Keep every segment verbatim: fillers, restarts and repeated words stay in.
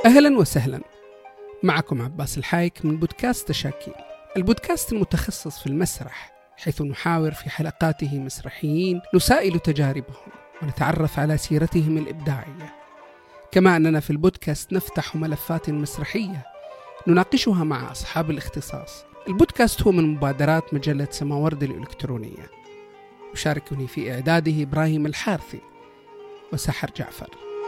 أهلا وسهلا، معكم عباس الحايك من بودكاست تشاكيل، البودكاست المتخصص في المسرح، حيث نحاور في حلقاته مسرحيين نسائل تجاربهم ونتعرف على سيرتهم الإبداعية. كما أننا في البودكاست نفتح ملفات مسرحية نناقشها مع أصحاب الاختصاص. البودكاست هو من مبادرات مجلة سماورد الإلكترونية. يشاركني في إعداده إبراهيم الحارثي وسحر جعفر.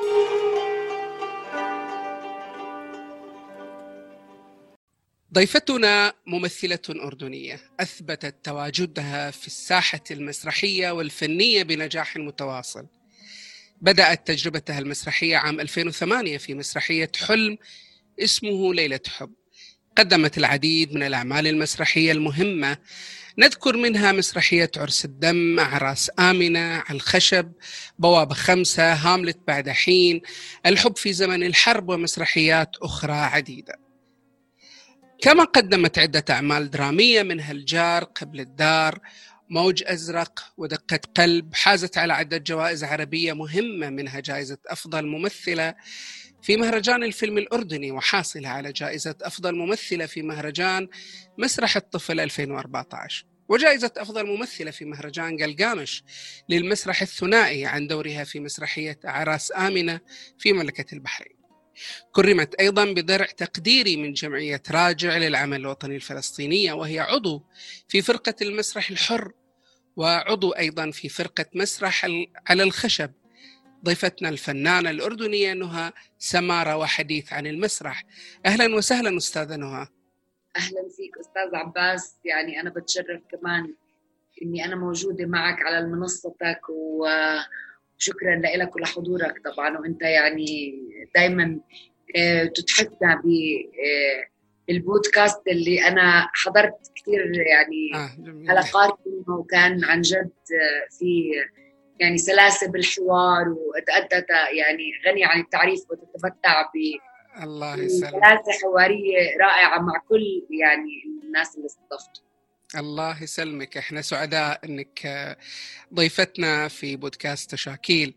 ضيفتنا ممثلة أردنية أثبتت تواجدها في الساحة المسرحية والفنية بنجاح متواصل. بدأت تجربتها المسرحية عام ألفين وثمانية في مسرحية حلم اسمه ليلة حب. قدمت العديد من الأعمال المسرحية المهمة، نذكر منها مسرحية عرس الدم، أعراس آمنة، على الخشب، بوابة خمسة، هاملت بعد حين، الحب في زمن الحرب، ومسرحيات أخرى عديدة. كما قدمت عدة أعمال درامية منها الجار، قبل الدار، موج أزرق، ودقة قلب. حازت على عدة جوائز عربية مهمة، منها جائزة أفضل ممثلة في مهرجان الفيلم الأردني، وحاصلة على جائزة أفضل ممثلة في مهرجان مسرح الطفل ألفين وأربعة عشر، وجائزة أفضل ممثلة في مهرجان قلقامش للمسرح الثنائي عن دورها في مسرحية أعراس آمنة في مملكة البحرين. كرمت أيضا بدرع تقديري من جمعية راجع للعمل الوطني الفلسطينية، وهي عضو في فرقة المسرح الحر، وعضو أيضا في فرقة مسرح على الخشب. ضيفتنا الفنانة الأردنية نهى سمارة، وحديث عن المسرح. أهلا وسهلا أستاذة نهى. أهلا فيك أستاذ عباس، يعني أنا بتشرف كمان إني أنا موجودة معك على منصتك، وشكرا لك ولحضورك طبعا. وأنت يعني دايما تتحفنا بالبودكاست اللي أنا حضرت كثير يعني آه حلقات منه، وكان عن جد في يعني سلاسة بالحوار، وتأدت يعني غني عن التعريف، وتتمتع ب الله يسلمك سلاسة حوارية رائعة مع كل يعني الناس اللي استضفتوا. الله يسلمك، احنا سعداء انك ضيفتنا في بودكاست تشاكيل.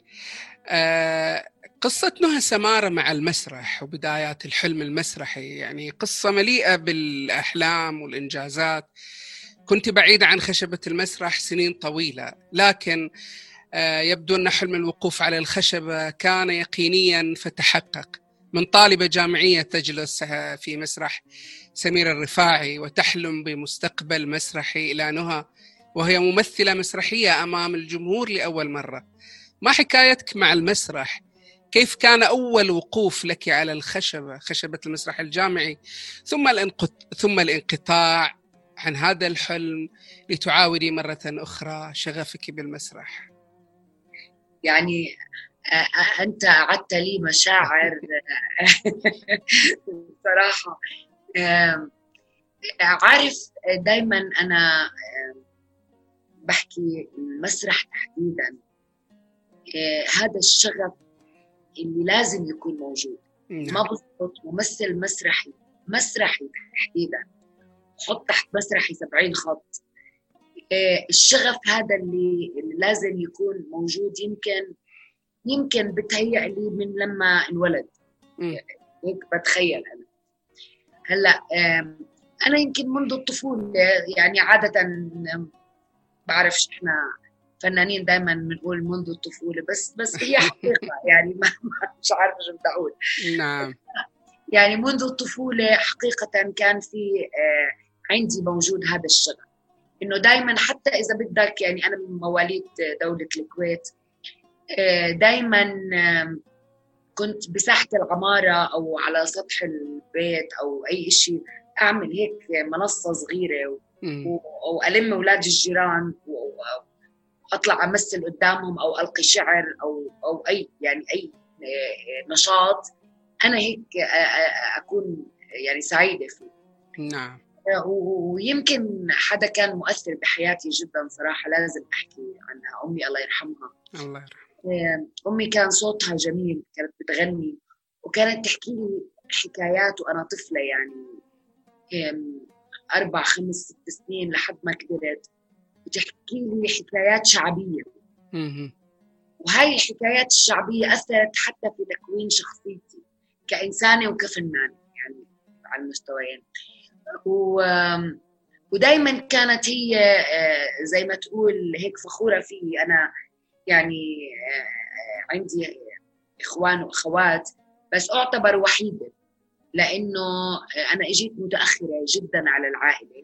قصة نهى سمارة مع المسرح وبدايات الحلم المسرحي يعني قصة مليئة بالأحلام والإنجازات. كنت بعيدة عن خشبة المسرح سنين طويلة، لكن يبدو أن حلم الوقوف على الخشبة كان يقينيا فتحقق. من طالبة جامعية تجلس في مسرح سمير الرفاعي وتحلم بمستقبل مسرحي، إلى نهى وهي ممثلة مسرحية أمام الجمهور لأول مرة. ما حكايتك مع المسرح؟ كيف كان أول وقوف لك على الخشبة، خشبة المسرح الجامعي، ثم الانقط... ثم الانقطاع عن هذا الحلم لتعاودي مرة أخرى شغفك بالمسرح؟ يعني أنت أعدت لي مشاعر صراحة. عارف، دايما أنا بحكي المسرح تحديدا هذا الشغف اللي لازم يكون موجود. ما بضبط ممثل مسرحي مسرحي تحديدا حط تحت مسرحي سبعين خط. الشغف هذا اللي, اللي لازم يكون موجود. يمكن يمكن بتهيأ لي من لما انولد، هيك بتخيل أنا. هلأ أنا يمكن منذ الطفولة، يعني عادة بعرفش إحنا فنانين دايما بنقول منذ الطفولة، بس بس هي حقيقة يعني ما مش عارفة شو بدي أقول. نعم، يعني منذ الطفولة حقيقة كان في عندي موجود هذا الشغف، إنه دايما حتى إذا بدك، يعني أنا من مواليد دولة الكويت، دايما كنت بساحة العمارة أو على سطح البيت أو أي شيء أعمل هيك منصة صغيرة وألم أولاد الجيران وأطلع أمثل قدامهم أو ألقي شعر أو أو أي يعني أي نشاط أنا هيك أكون يعني سعيدة فيه. نعم. ويمكن حدا كان مؤثر بحياتي جدا صراحة، لازم أحكي عنها، أمي الله يرحمها. الله يرحمها. أمي كان صوتها جميل، كانت بتغني وكانت تحكي لي حكايات وأنا طفلة، يعني أربع خمس ست سنين لحد ما كبرت، بتحكي لي حكايات شعبية. وهاي الحكايات الشعبية أثرت حتى في تكوين شخصيتي. كإنسانة وكفنانة يعني على المستويين. و ودايما كانت هي زي ما تقول هيك فخورة فيه. أنا يعني عندي إخوان وأخوات بس أعتبر وحيدة، لأنه أنا إجيت متأخرة جدا على العائلة،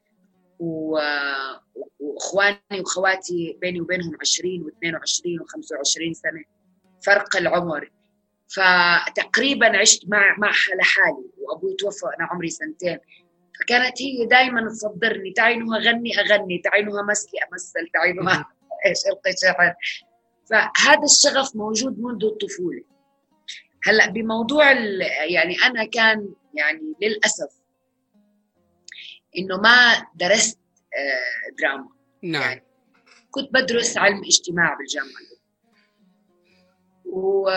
وإخواني وأخواتي بيني وبينهم عشرين واثنين وعشرين وخمسة وعشرين سنة فرق العمر. فتقريبا عشت مع معها لحالي، وأبوي توفى أنا عمري سنتين. فكانت هي دائما تصدرني، تعينها غني أغني، تعينها مسلي أمثل، تعينها إيش ألقي شعر. فهذا الشغف موجود منذ الطفولة. هلأ بموضوع يعني أنا كان يعني للأسف إنه ما درست دراما. نعم. يعني كنت بدرس علم اجتماع بالجامعة، و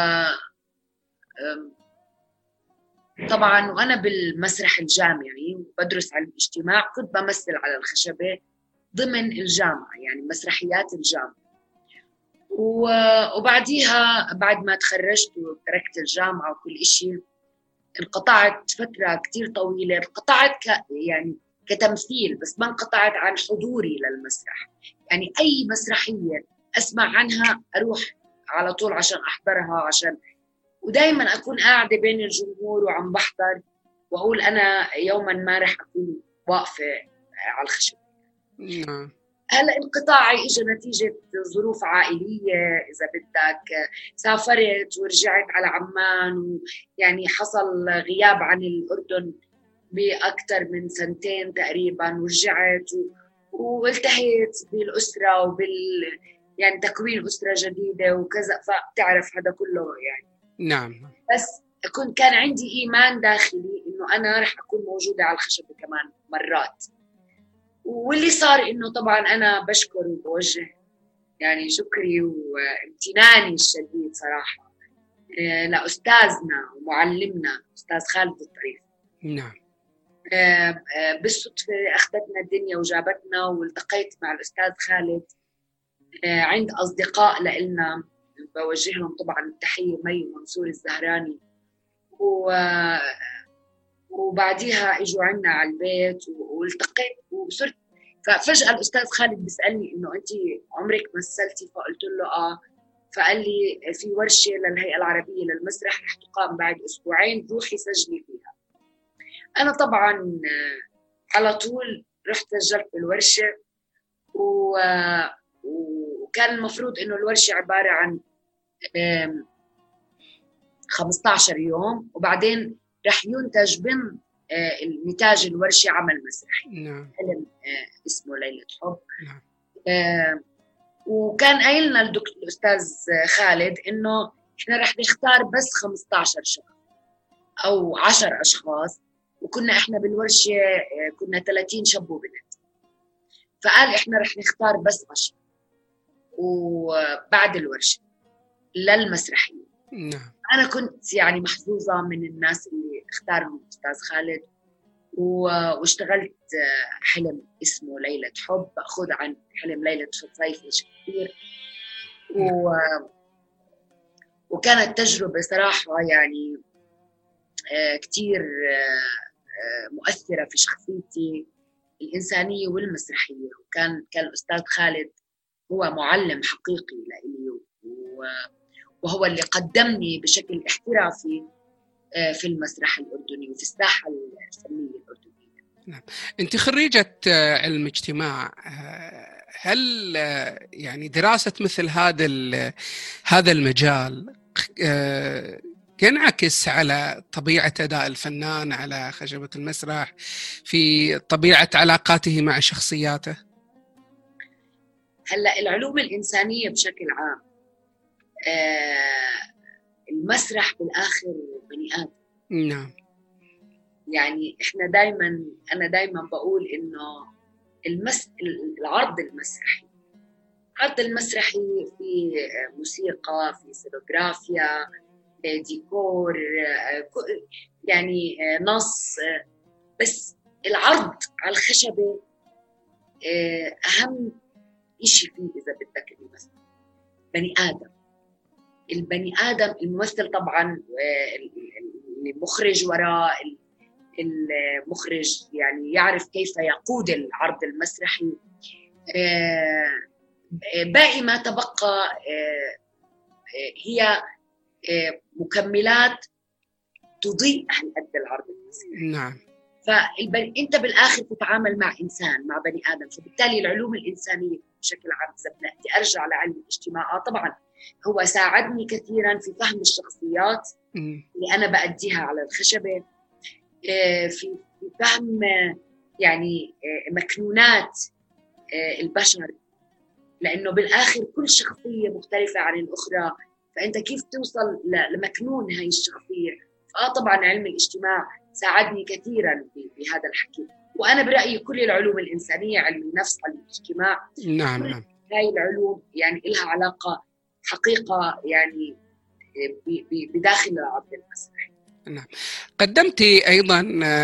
طبعا وأنا بالمسرح الجامعي بدرس علم اجتماع كنت بمثل على الخشبة ضمن الجامعة، يعني مسرحيات الجامعة. وبعديها بعد ما تخرجت وتركت الجامعة وكل إشي انقطعت فترة كتير طويلة. انقطعت ك يعني كتمثيل، بس ما انقطعت عن حضوري للمسرح. يعني أي مسرحية أسمع عنها أروح على طول عشان أحضرها، عشان ودايما أكون قاعدة بين الجمهور وعم بحضر وأقول أنا يوما ما رح أكون واقفة على الخشب. نعم. هلا انقطاعي اجى نتيجه ظروف عائليه، اذا بدك سافرت ورجعت على عمان، ويعني حصل غياب عن الاردن باكثر من سنتين تقريبا، ورجعت والتهيت بالاسره وبال يعني تكوين اسره جديده وكذا، فبتعرف هذا كله يعني. نعم. بس كنت كان عندي ايمان داخلي انه انا رح اكون موجوده على الخشبه كمان مرات. واللي صار إنه طبعاً أنا بشكر وبوجه يعني شكري وامتناني الشديد صراحة لأستاذنا ومعلمنا أستاذ خالد الطريف. نعم. بالصدفة أخذتنا الدنيا وجابتنا، والتقيت مع الأستاذ خالد عند أصدقاء لإلنا بوجه لهم طبعاً التحية، مي ومنصور الزهراني. و وبعديها اجوا عنا على البيت والتقيت وصرت. ففجأة الأستاذ خالد بيسألني إنه أنت عمرك مثلتي؟ فقلت له آه. فقال لي في ورشة للهيئة العربية للمسرح رح تقام بعد أسبوعين، روحي سجلي فيها. أنا طبعا على طول رحت سجلت بالورشة، و... وكان المفروض إنه الورشة عبارة عن خمسة عشر يوم، وبعدين رح ينتج ضمن النتاج الورشة عمل مسرحي. نعم. فيلم اسمه ليلة حب. نعم. آه وكان قايل لنا الدكتور الأستاذ خالد إنه إحنا رح نختار بس خمسة عشر شخص أو عشر أشخاص، وكنا إحنا بالورشة آه كنا ثلاثين شاب وبنت. فقال إحنا رح نختار بس عشرة وبعد الورشة للمسرحية. نعم. أنا كنت يعني محظوظة من الناس اللي اختارهم الأستاذ خالد، واشتغلت حلم اسمه ليلة حب، أخذ عن حلم ليلة صيف شكير. و... وكانت تجربة صراحة يعني كتير مؤثرة في شخصيتي الإنسانية والمسرحية. وكان كان الأستاذ خالد هو معلم حقيقي لإلي، و... وهو اللي قدمني بشكل احترافي في المسرح الأردني وفي الساحة الفنية الأردنية. نعم. أنت خريجة علم اجتماع، هل يعني دراسة مثل هذا هذا المجال ينعكس على طبيعة أداء الفنان على خشبة المسرح، في طبيعة علاقاته مع شخصياته؟ هلأ العلوم الإنسانية بشكل عام، آه المسرح بالآخر بني آدم. نعم. يعني إحنا دايماً أنا دايماً بقول إنه المس... العرض المسرحي العرض المسرحي في موسيقى، في سينوغرافيا، ديكور، يعني نص، بس العرض على الخشبة أهم إشي فيه إذا بدك المسرح بني آدم. البني آدم الممثل طبعا، المخرج وراء المخرج يعني يعرف كيف يقود العرض المسرحي. باقي ما تبقى هي مكملات تضيء هالقد العرض المسرحي. نعم. فأنت بالآخر تتعامل مع إنسان، مع بني آدم، فبالتالي العلوم الإنسانية بشكل عام بدي أرجع لعلم الاجتماع. طبعا هو ساعدني كثيرا في فهم الشخصيات اللي أنا بأديها على الخشبة، في فهم يعني مكنونات البشر، لأنه بالآخر كل شخصية مختلفة عن الأخرى، فأنت كيف توصل لمكنون هاي الشخصية. فآه طبعا علم الاجتماع ساعدني كثيرا بهذا الحكي. وأنا برأيي كل العلوم الإنسانية، علم النفس، علم الاجتماع، نعم نعم، هاي العلوم يعني لها علاقة حقيقة يعني بداخل العرض المسرحي. نعم. قدمتي أيضا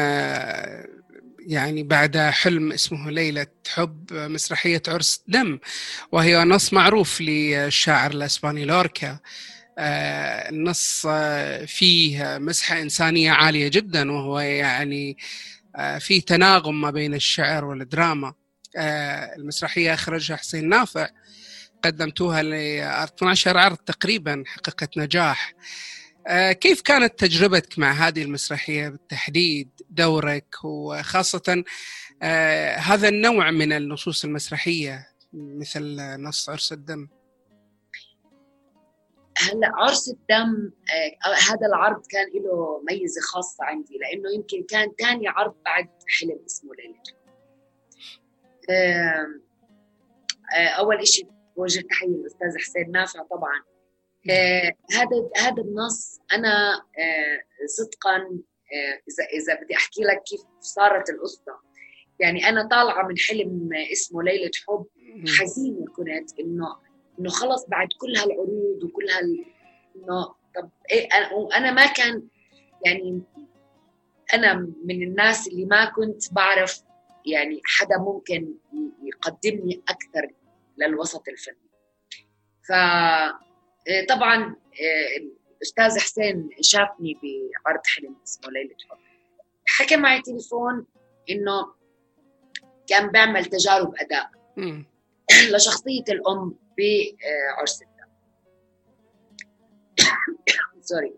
يعني بعد حلم اسمه ليلة حب مسرحية عرس دم، وهي نص معروف للشاعر الإسباني لوركا. النص فيه مسحة إنسانية عالية جدا، وهو يعني فيه تناغم ما بين الشعر والدراما. المسرحية أخرجها حسين نافع، قدمتوها ل اثنا عشر عرض تقريبا، حققت نجاح. كيف كانت تجربتك مع هذه المسرحية بالتحديد، دورك، وخاصة هذا النوع من النصوص المسرحية مثل نص عرس الدم؟ هلا عرس الدم آه هذا العرض كان له ميزة خاصة عندي، لأنه يمكن كان ثاني عرض بعد حلم اسمه ليلة. آه آه أول إشي بوجه تحية للأستاذ حسين نافع طبعا. آه هذا هذا النص أنا آه صدقا آه إذا إذا بدي أحكي لك كيف صارت القصة، يعني أنا طالعة من حلم اسمه ليلة حب، حزينة كنت إنه إنه خلص بعد كل هالعروض وكل هال إنه طب إيه. أنا ما كان يعني أنا من الناس اللي ما كنت بعرف يعني حدا ممكن يقدمني أكثر للوسط الفني. فطبعا الأستاذ حسين شافني بعرض حلم اسمه ليلة حب، حكى معي تليفون إنه كان بيعمل تجارب أداء لشخصية الأم بعرس الدم. سوري.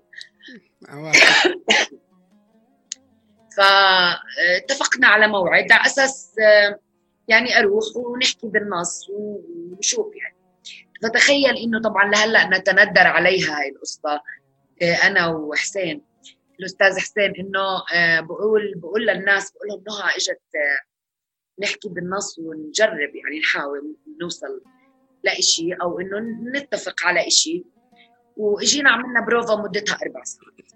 فاتفقنا على موعد على أساس يعني أروح ونحكي بالنص ونشوف يعني. فتخيل إنه طبعا لهلأ نتندر عليها هاي القصة أنا وحسين، الأستاذ حسين، إنه بقول بقول للناس، بقول لهم نهى إجت نحكي بالنص ونجرب يعني نحاول نوصل لإشي أو إنه نتفق على إشي، وإجينا عملنا بروفا مدتها أربع ساعات.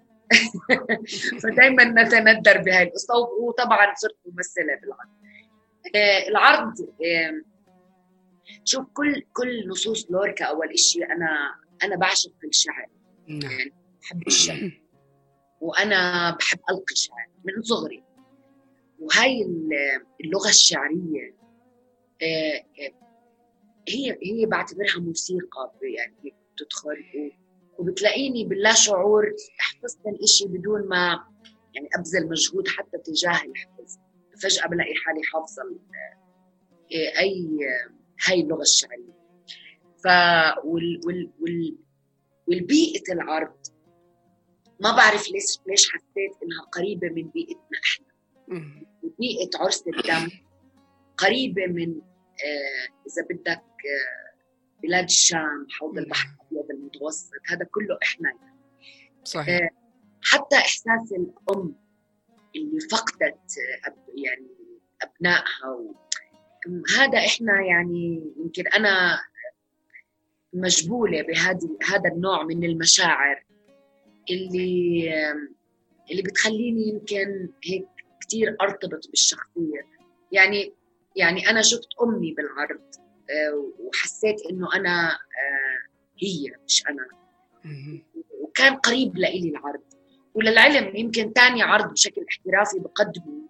فدايما نتندر بهاي القصة، وطبعا صرت ممثلة بالعرض. آه العرض آه شوف كل كل نصوص لوركا. أول إشي أنا أنا بعشق الشعر، يعني بحب الشعر، وأنا بحب ألقي شعر من صغري، وهاي اللغة الشعرية آه هي هي بعتبرها موسيقى، يعني بتدخل وبتلاقيني باللا شعور حفظت الاشي بدون ما يعني ابذل مجهود حتى تجاه الحفظ. فجأة بلاقي حالي حافظة اي هاي اللغة الشعرية. ف وال وال وال والبيئة العرض ما بعرف ليش ليش حسيت انها قريبة من بيئتنا احنا. بيئة عرس الدم قريبة من آه اذا بدك آه بلاد الشام، حوض البحر الأبيض المتوسط، هذا كله إحنا يعني. صحيح. آه حتى إحساس الأم اللي فقدت أب يعني أبنائها و... هذا إحنا يعني يمكن أنا مجبولة بهذه هذا النوع من المشاعر اللي اللي بتخليني يمكن هيك كتير أرتبط بالشخصية. يعني يعني أنا شفت أمي بالعرض وحسيت إنه أنا هي مش أنا، وكان قريب لإلي العرض. وللعلم يمكن تاني عرض بشكل احترافي بقدمه،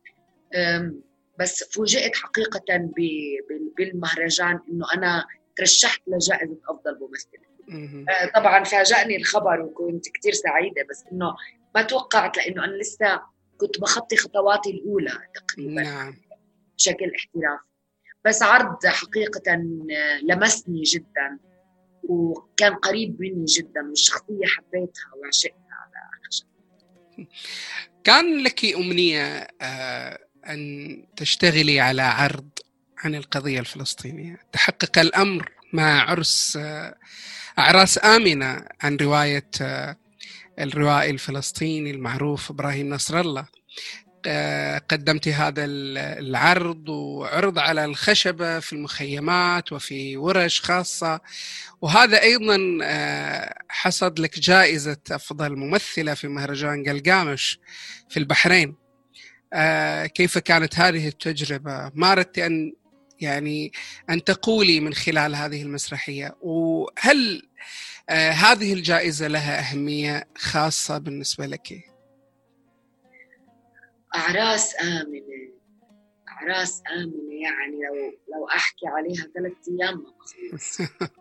بس فوجئت حقيقة بالمهرجان إنه أنا ترشحت لجائزة أفضل ممثلة. طبعا فاجأني الخبر وكنت كتير سعيدة، بس إنه ما توقعت، لأنه أنا لسه كنت بخطي خطواتي الأولى تقريبا. نعم. بشكل احترافي. بس عرض حقيقة لمسني جدا وكان قريب مني جدا، والشخصية حبيتها وعشقتها على خشب. كان لك أمنية أن تشتغلي على عرض عن القضية الفلسطينية، تحقق الأمر مع عرس أعراس آمنة عن رواية الروائي الفلسطيني المعروف إبراهيم نصر الله. قدمت هذا العرض وعرض على الخشبة في المخيمات وفي ورش خاصة، وهذا أيضا حصد لك جائزة أفضل ممثلة في مهرجان قلقامش في البحرين. كيف كانت هذه التجربة؟ ما أردت أن يعني أن تقولي من خلال هذه المسرحية، وهل هذه الجائزة لها أهمية خاصة بالنسبة لك؟ أعراس آمنة، أعراس آمنة يعني لو لو أحكي عليها ثلاثة أيام ما بخلص.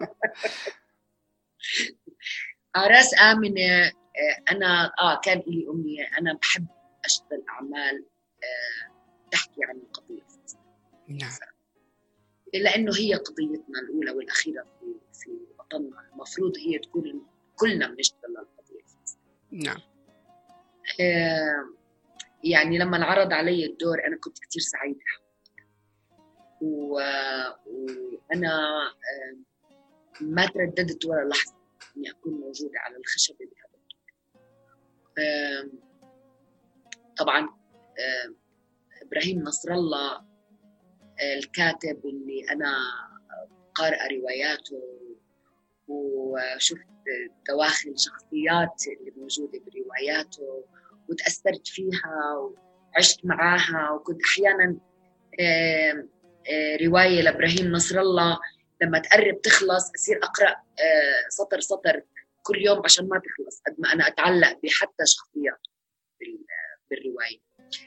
أعراس آمنة أنا آه كان لي أمنية، أنا بحب أشتغل أعمال آه تحكي عن القضية الفلسطينية. نعم. لأنه هي قضيتنا الأولى والأخيرة في في وطننا، المفروض هي تكون كلنا بنشتغل على القضية الفلسطينية. نعم. آه يعني لما انعرض علي الدور أنا كنت كتير سعيدة، وأنا ما ترددت ولا لحظة إني أكون موجودة على الخشبة بهذا الدور. طبعا إبراهيم نصر الله الكاتب اللي أنا قارئة رواياته وشفت دواخل شخصيات اللي موجودة برواياته وتأثرت فيها وعشت معاها، وكنت أحياناً آآ آآ رواية لإبراهيم نصر الله لما تقرب تخلص أصير أقرأ سطر سطر كل يوم عشان ما تخلص، قد ما أنا أتعلق بحتى شخصياته بالرواية.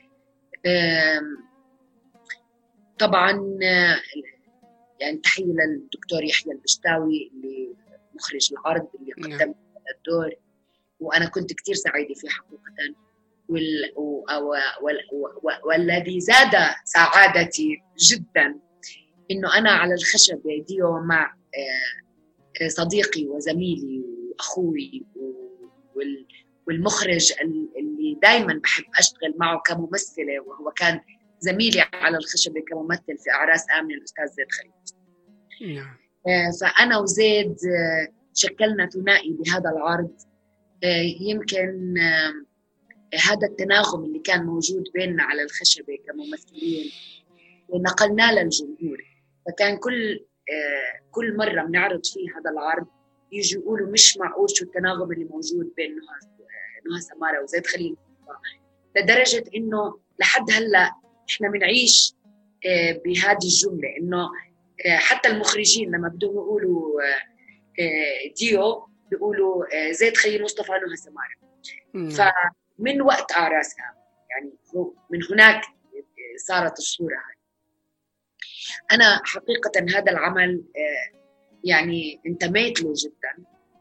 طبعاً يعني تحية للدكتور يحيى البشتاوي اللي مخرج العرض اللي قدم الدور، وأنا كنت كتير سعيدة فيه حقيقة. وال... وال... والذي زاد سعادتي جدا إنه أنا على الخشبة ديو مع صديقي وزميلي وأخوي وال... والمخرج اللي دايما بحب أشتغل معه كممثلة، وهو كان زميلي على الخشبة كممثل في أعراس آمنة الأستاذ زيد خليل. نعم. فأنا وزيد شكلنا ثنائي بهذا العرض. يمكن هذا التناغم اللي كان موجود بيننا على الخشبة كممثلين ونقلناه للجمهور، فكان كل كل مرة بنعرض فيه هذا العرض يجوا يقولوا مش معقول شو التناغم اللي موجود بين نهى سمارة وزيد خليل، لدرجة إنه لحد هلأ إحنا بنعيش بهذه الجملة، إنه حتى المخرجين لما بدهم يقولوا ديو بيقولوا زيد خليل مصطفى نهى سمارة. فمن وقت أعراسها يعني من هناك صارت الصورة هاي. أنا حقيقة هذا العمل يعني انتميت له جدا،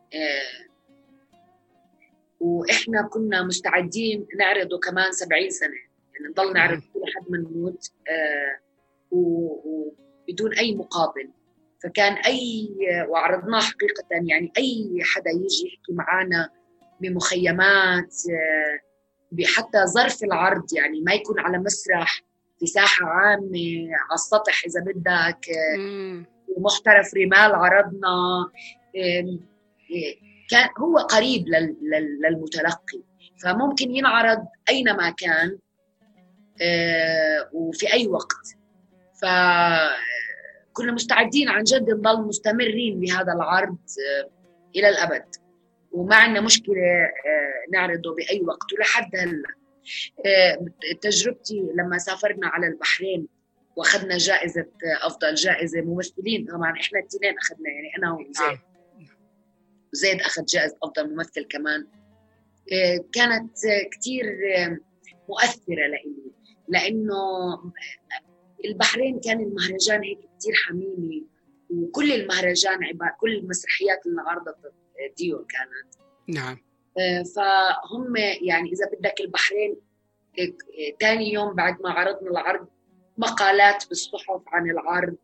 وإحنا كنا مستعدين نعرضه كمان سبعين سنة، يعني نضل نعرض لحد ما نموت وبدون أي مقابل. فكان أي وعرضناه حقيقة يعني أي حدا يجي يحكي معانا بمخيمات بحتى ظرف العرض، يعني ما يكون على مسرح في ساحة عامة على السطح إذا بدك ومحترف رمال عرضنا، كان هو قريب للمتلقي، فممكن ينعرض أينما كان وفي أي وقت. فكنا مستعدين عن جد نضل مستمرين بهذا العرض إلى الأبد، وما عندنا مشكلة نعرضه بأي وقت. ولحد هلا تجربتي لما سافرنا على البحرين واخذنا جائزة أفضل جائزة ممثلين، طبعا إحنا الاثنين أخذنا، يعني أنا وزيد، وزيد أخذ جائزة أفضل ممثل كمان، كانت كتير مؤثرة لإلي، لأنه البحرين كان المهرجان هيك كتير حميمي وكل المهرجان عبارة كل المسرحيات اللي عرضت ديو كانت. نعم. فهم يعني إذا بدك البحرين تاني يوم بعد ما عرضنا العرض مقالات بالصحف عن العرض،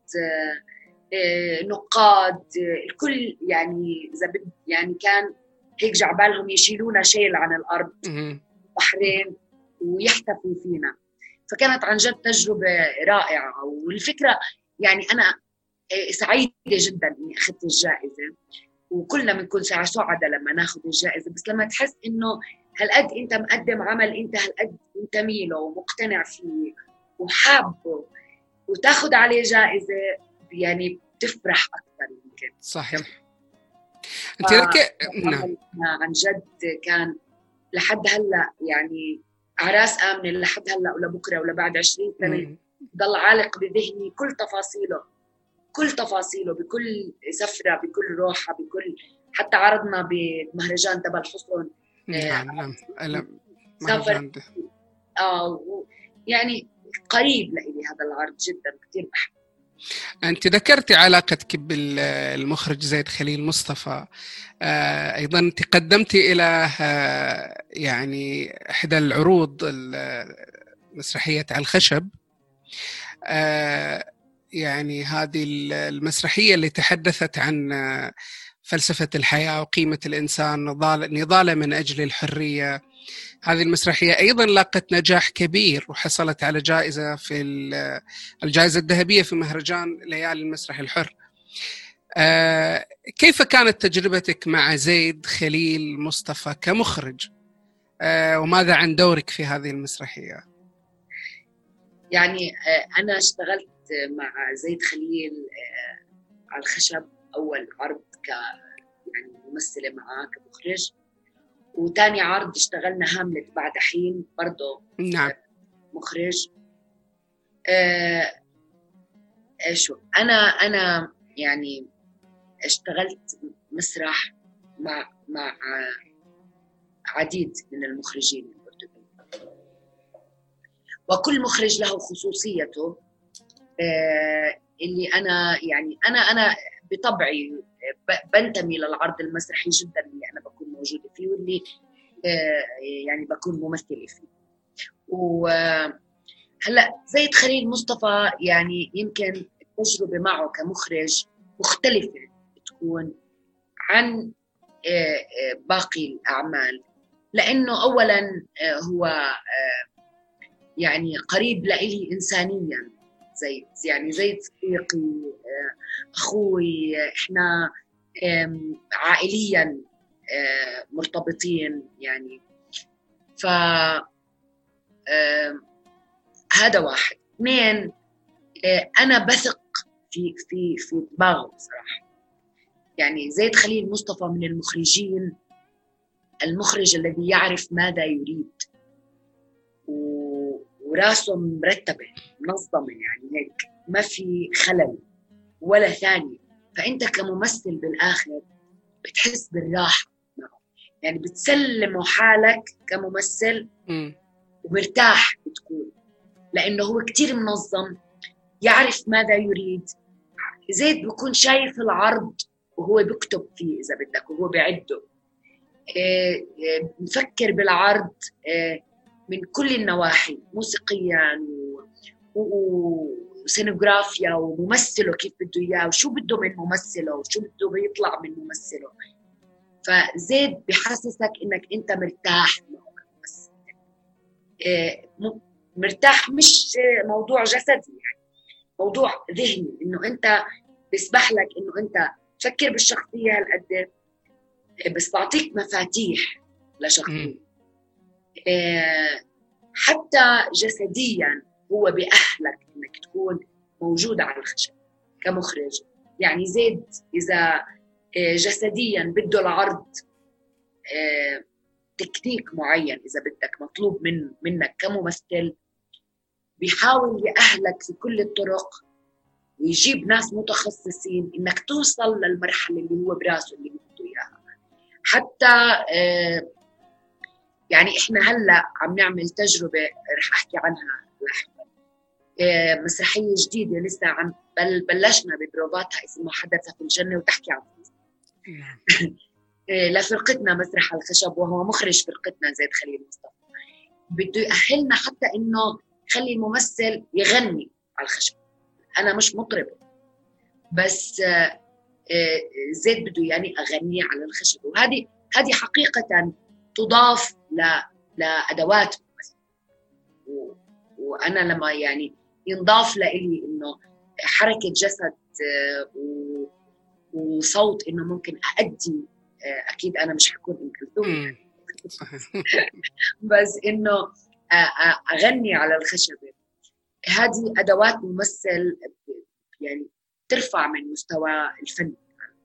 نقاد، الكل يعني إذا بد يعني كان هيك جعبالهم يشيلونا شيل عن الأرض البحرين ويحتفوا فينا. فكانت عن جد تجربة رائعة. والفكرة يعني أنا سعيدة جدا إني أخذت الجائزة، وكلنا بنكون سعداء لما ناخذ الجائزة، بس لما تحس إنه هالقد أنت مقدم عمل أنت هالقد منتمي له ومقتنع فيه وحابه وتاخذ عليه جائزة، يعني بتفرح أكثر يمكن. صحيح. أنت لك نعم. عن جد كان لحد هلا يعني أعراس آمنة لحد هلا ولبكرة ولبعد عشرين سنة ضل عالق بذهني كل تفاصيله كل تفاصيله بكل سفرة بكل روحة بكل. حتى عرضنا بمهرجان تبع الحصن. نعم نعم مهرجان آه يعني قريب لإلي هذا العرض جدا كتير بحب. أنت ذكرتي علاقتك بالمخرج زيد خليل مصطفى، أيضا تقدمتي إلى يعني إحدى العروض المسرحية على الخشب، يعني هذه المسرحية اللي تحدثت عن فلسفة الحياة وقيمة الإنسان، نضاله من أجل الحرية. هذه المسرحية أيضا لاقت نجاح كبير وحصلت على جائزة في الجائزة الذهبية في مهرجان ليالي المسرح الحر. كيف كانت تجربتك مع زيد خليل مصطفى كمخرج، وماذا عن دورك في هذه المسرحية؟ يعني أنا اشتغلت مع زيد خليل على الخشب أول عرض ك يعني ممثلة معاه كمخرج، وتاني عرض اشتغلنا هاملت بعد حين برضه نعم مخرج. آه شو أنا أنا يعني اشتغلت مسرح مع مع عديد من المخرجين الأردنيين، وكل مخرج له خصوصيته آه اللي أنا يعني أنا أنا بطبعي بنتمي للعرض المسرحي جدا اللي أنا بكون موجودة فيه واللي يعني بكون ممثلة فيه. وهلأ زيد خليل مصطفى يعني يمكن التجربة معه كمخرج مختلفة تكون عن باقي الأعمال، لأنه أولا هو يعني قريب لإلي إنسانيا. زيد يعني زيد صديقي أخوي، إحنا عائليا مرتبطين يعني. ف هذا واحد. اثنين، أنا بثق في في في دماغه بصراحة. يعني زيد خليل مصطفى من المخرجين المخرج الذي يعرف ماذا يريد وراسه مرتبة منظمة، يعني هيك ما في خلل ولا ثاني. فأنت كممثل بالآخر بتحس بالراحة معه، يعني بتسلمه حالك كممثل م. ومرتاح بتكون، لأنه هو كتير منظم يعرف ماذا يريد. زيد بيكون شايف العرض وهو بيكتب فيه إذا بدك وهو بيعده، مفكر بالعرض من كل النواحي، موسيقيا وسينوغرافيا وممثله كيف بده إياه وشو بده من ممثله وشو بده بيطلع من ممثله. فزيد بحسسك إنك أنت مرتاح معه بس مرتاح، مش موضوع جسدي يعني موضوع ذهني، إنه أنت بيسمح لك إنه أنت تفكر بالشخصية هالقد، بس بعطيك مفاتيح لشخصية. حتى جسديا هو بأهلك إنك تكون موجود على الخشب كمخرج. يعني زيد إذا جسديا بده العرض تكنيك معين إذا بدك مطلوب من منك كممثل، بيحاول يأهلك في كل الطرق ويجيب ناس متخصصين إنك توصل للمرحلة اللي هو براسه اللي بده إياها. حتى يعني إحنا هلأ عم نعمل تجربة رح أحكي عنها لاحقا، مسرحية جديدة لسه عم بل بلشنا ببروفاتها اسمها حدث في الجنة وتحكي عن لفرقتنا مسرح الخشب، وهو مخرج فرقتنا زيد خليل مصطفى. بده يأهلنا حتى إنه خلي الممثل يغني على الخشب. أنا مش مطربة، بس زيد بده يعني أغني على الخشب، وهذه هذه حقيقة تضاف ل لأدوات الممثل. وأنا لما يعني ينضاف لإلي إنه حركة جسد وصوت إنه ممكن أأدي، أكيد أنا مش حكون أم كلثوم بس إنه أغني على الخشبة، هذه أدوات ممثل يعني ترفع من مستوى الفن.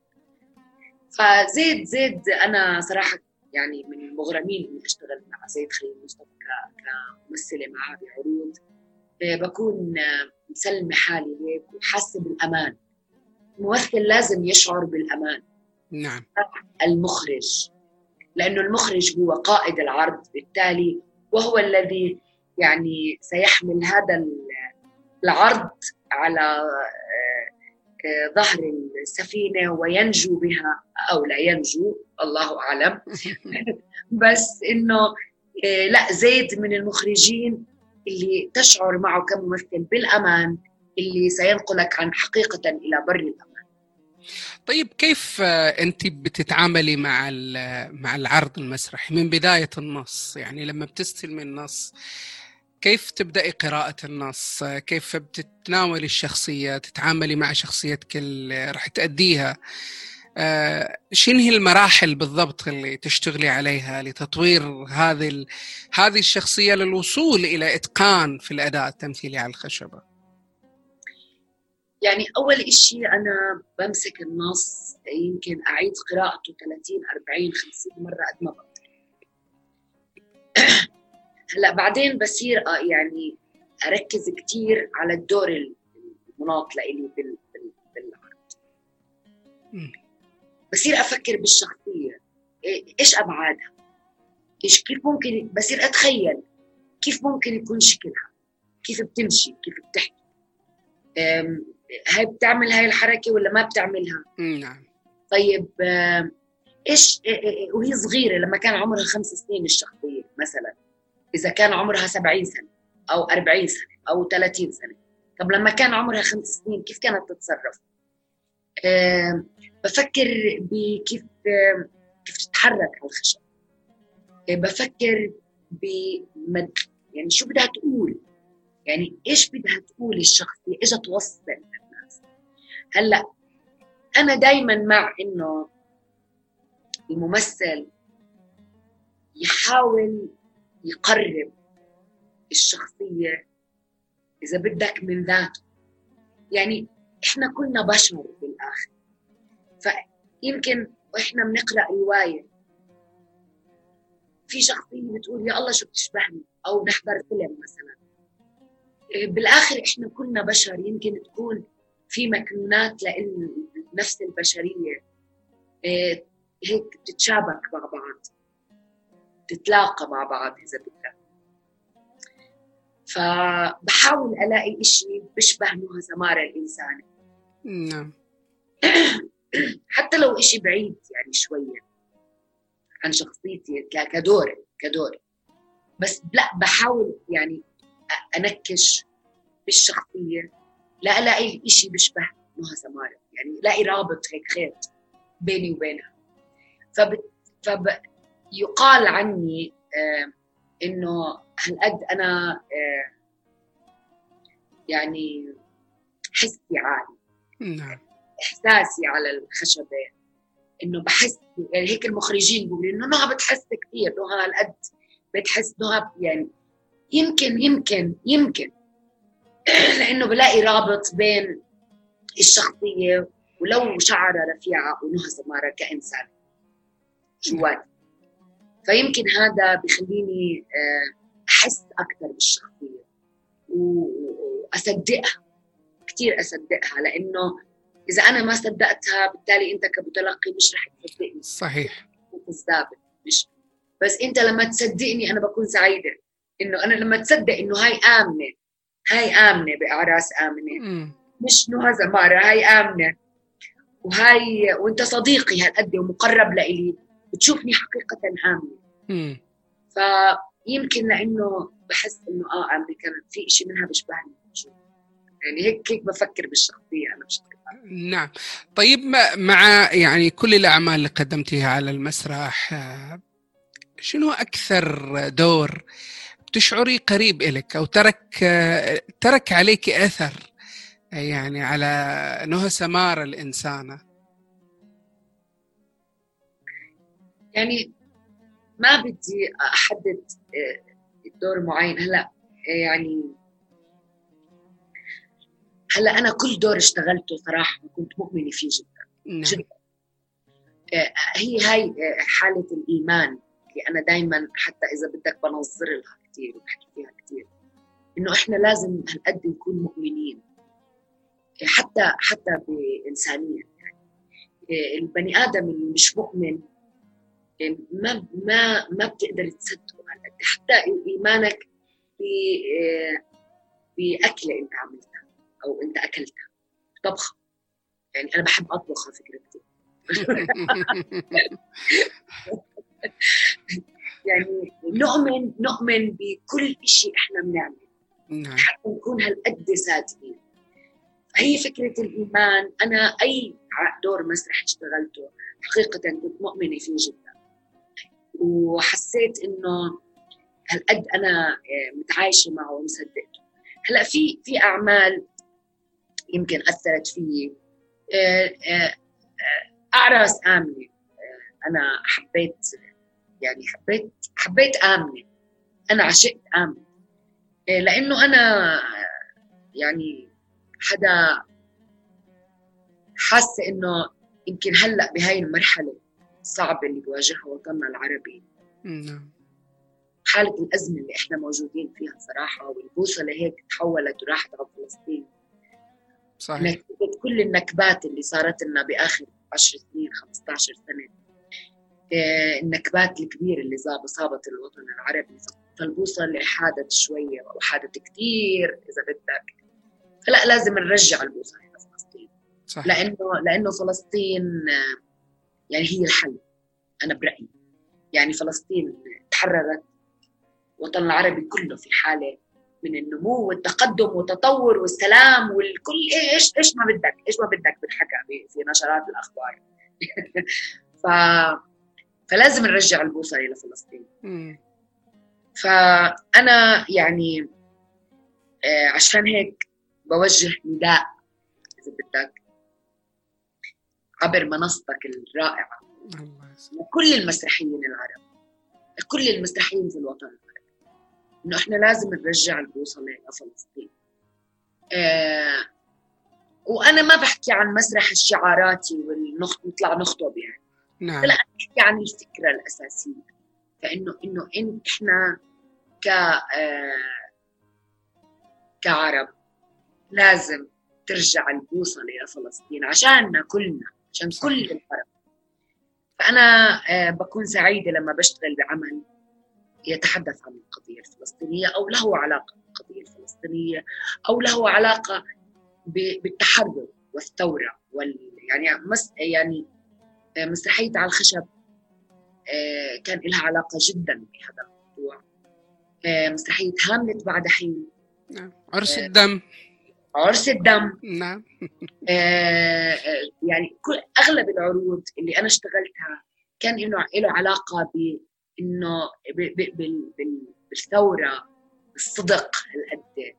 فزيد زيد أنا صراحة يعني من المغرمين إني أشتغل مع زيد خليل مصطفى كممثلة معاه بعروض. بكون مسلمة حالي هيك وحاسة بالأمان. الممثل لازم يشعر بالأمان. نعم. المخرج، لأنه المخرج هو قائد العرض، بالتالي وهو الذي يعني سيحمل هذا العرض على ظهر السفينة وينجو بها أو لا ينجو، الله أعلم بس إنه لا، زيد من المخرجين اللي تشعر معه كممثل بالأمان، اللي سينقلك عن حقيقة إلى بر الأمان. طيب كيف أنت بتتعاملي مع مع العرض المسرحي من بداية النص؟ يعني لما بتستلمي النص كيف تبدأي قراءة النص؟ كيف بتتناولي الشخصية، تتعاملي مع شخصيتك اللي راح تأديها؟ شنو هي المراحل بالضبط اللي تشتغلي عليها لتطوير هذه ال... هذه الشخصية للوصول إلى إتقان في الأداء التمثيلي على الخشبة؟ يعني أول إشي أنا بمسك النص يمكن أعيد قراءته ثلاثين أربعين خمسين مرة قد ما بقدر. هلا بعدين بصير يعني أركز كتير على الدور المناط لإلي بال... بال... بالعرض. بصير أفكر بالشخصية، إيش أبعادها، إيش كيف ممكن، بصير أتخيل كيف ممكن يكون شكلها، كيف بتمشي، كيف بتحكي، هاي بتعمل هاي الحركة ولا ما بتعملها. نعم. طيب إيش وهي صغيرة لما كان عمرها خمس سنين الشخصية مثلا، إذا كان عمرها سبعين سنة أو أربعين سنة أو ثلاثين سنة، طب لما كان عمرها خمس سنين كيف كانت تتصرف؟ أه بفكر بكيف أه كيف تتحرك على الخشب. أه بفكر بمد، يعني شو بدها تقول، يعني إيش بدها تقول الشخصية، إيش توصل للناس. هلأ أنا دايما مع إنه الممثل يحاول يقرب الشخصية إذا بدك من ذاته. يعني إحنا كلنا بشر بالآخر، فيمكن وإحنا بنقرأ رواية في شخصية بتقول يا الله شو بتشبهني، أو نحضر فيلم مثلا، بالآخر إحنا كلنا بشر. يمكن تكون في مكنونات لنفس البشرية هيك تتشابك مع بعض، تتلاقى مع بعض إذا بدك. فبحاول ألاقي إشي بشبه نهى سمارة الإنساني. نعم. حتى لو إشي بعيد يعني شوية عن شخصيتي كدور كدور بس لا، بحاول يعني أنكش بالشخصية لا ألاقي إشي بشبه نهى سمارة، يعني لاقي رابط هيك خيط بيني وبينها. فب... فب... يقال عني آه إنه هالقد أنا آه يعني حسي عالي. نعم. إحساسي على الخشبة إنه بحس، يعني هيك المخرجين بيقولوا إنه نهى بتحس كثير، نهى هالقد بتحس، نهى يعني يمكن يمكن يمكن لأنه بلاقي رابط بين الشخصية ولو شعرها رفيعة ونهى سمارة كإنسان جوات. فيمكن هذا بيخليني أحس أكثر بالشخصية وأصدقها كتير، أصدقها، لأنه إذا أنا ما صدقتها بالتالي أنت كمتلقي مش رح تصدقني. صحيح. وتزداد مش بس أنت لما تصدقني أنا بكون سعيدة، إنه أنا لما تصدق إنه هاي آمنة، هاي آمنة بأعراس آمنة، م. مش نهى زمارة، هاي آمنة، وهاي وانت صديقي هالقد ومقرب لإلي، بتشوفني حقيقة آمنة. مم. فيمكن لأنه بحس إنه آه آمنة كانت في إشي منها بشبهني، يعني هيك هيك بفكر بالشخصية أنا بشكل عام. نعم. طيب مع يعني كل الأعمال اللي قدمتيها على المسرح، شنو أكثر دور تشعري قريب إلك أو ترك ترك عليك أثر يعني على نهى سمارة الإنسانة؟ يعني ما بدي أحدد دور معين هلأ، يعني هلأ أنا كل دور اشتغلته صراحة كنت مؤمنة فيه جدا. نعم. جدا. هي هاي حالة الإيمان اللي أنا دايما حتى إذا بدك بنظر لها كتير وبحكي فيها كتير، إنه إحنا لازم هالقد نكون مؤمنين حتى حتى بإنسانية. يعني البني آدم اللي مش مؤمن ما ما ما بتقدر تصدقه هالقد، حتى إيمانك بأكلة أنت عملتها أو أنت أكلتها طبخة. يعني أنا بحب أطبخ على فكرة كتير. يعني نؤمن نؤمن بكل شيء إحنا بنعمله. نعم. حتى نكون هالقد صادقين. هي فكرة الإيمان. أنا أي دور مسرح اشتغلته حقيقة كنت مؤمنة فيه جدا، وحسيت إنه هالقد أنا متعايشة معه ومصدقته. هلأ في في أعمال يمكن أثرت فيي. أعراس آمنة، أنا حبيت يعني حبيت حبيت آمنة، أنا عشقت آمنة لأنه أنا يعني حدا حاسة إنه يمكن هلأ بهاي المرحلة الصعبة اللي بواجهها وطننا العربي، حالة الأزمة اللي إحنا موجودين فيها صراحة، والبوصلة هيك تحولت وراحت على فلسطين. صحيح. كل النكبات اللي صارت لنا بآخر عشر سنين خمسة عشر سنة، النكبات الكبيرة اللي صابت الوطن العربي، فالبوصلة حادت شوية وحادت كتير إذا بدك. فلا لازم نرجع البوصلة لفلسطين. صحيح. لأنه لأنه فلسطين يعني هي الحل. أنا برأيي يعني فلسطين تحررت، وطن العربي كله في حالة من النمو والتقدم والتطور والسلام والكل إيش إيش ما بدك إيش ما بدك بالحكى في نشرات الأخبار. ف فلازم نرجع البوصلة إلى فلسطين. م. فأنا يعني آه عشان هيك بوجه نداء إذا بدك عبر منصتك الرائعة لكل المسرحيين العرب، لكل المسرحيين في الوطن العربي، إنه إحنا لازم نرجع البوصلة إلى فلسطين. آه وأنا ما بحكي عن مسرح الشعاراتي ونطلع نخطب يعني. نعم. لا، بحكي عن الفكرة الأساسية، فإنه إنه إن إحنا ك آه كعرب لازم ترجع البوصلة إلى فلسطين عشاننا كلنا، عشان كل العرب. فأنا آه بكون سعيدة لما بشتغل بعمل يتحدث عن القضية الفلسطينية أو له علاقة بالقضية الفلسطينية أو له علاقة بالتحرر والثورة وال يعني مس يعني مسرحية على الخشب كان لها علاقة جدا بهذا الموضوع. مسرحية هاملت بعد حين، عرس الدم عرس الدم. نعم. يعني كل أغلب العروض اللي أنا اشتغلتها كان إنه له علاقة بإنه بالثورة، بالصدق القد،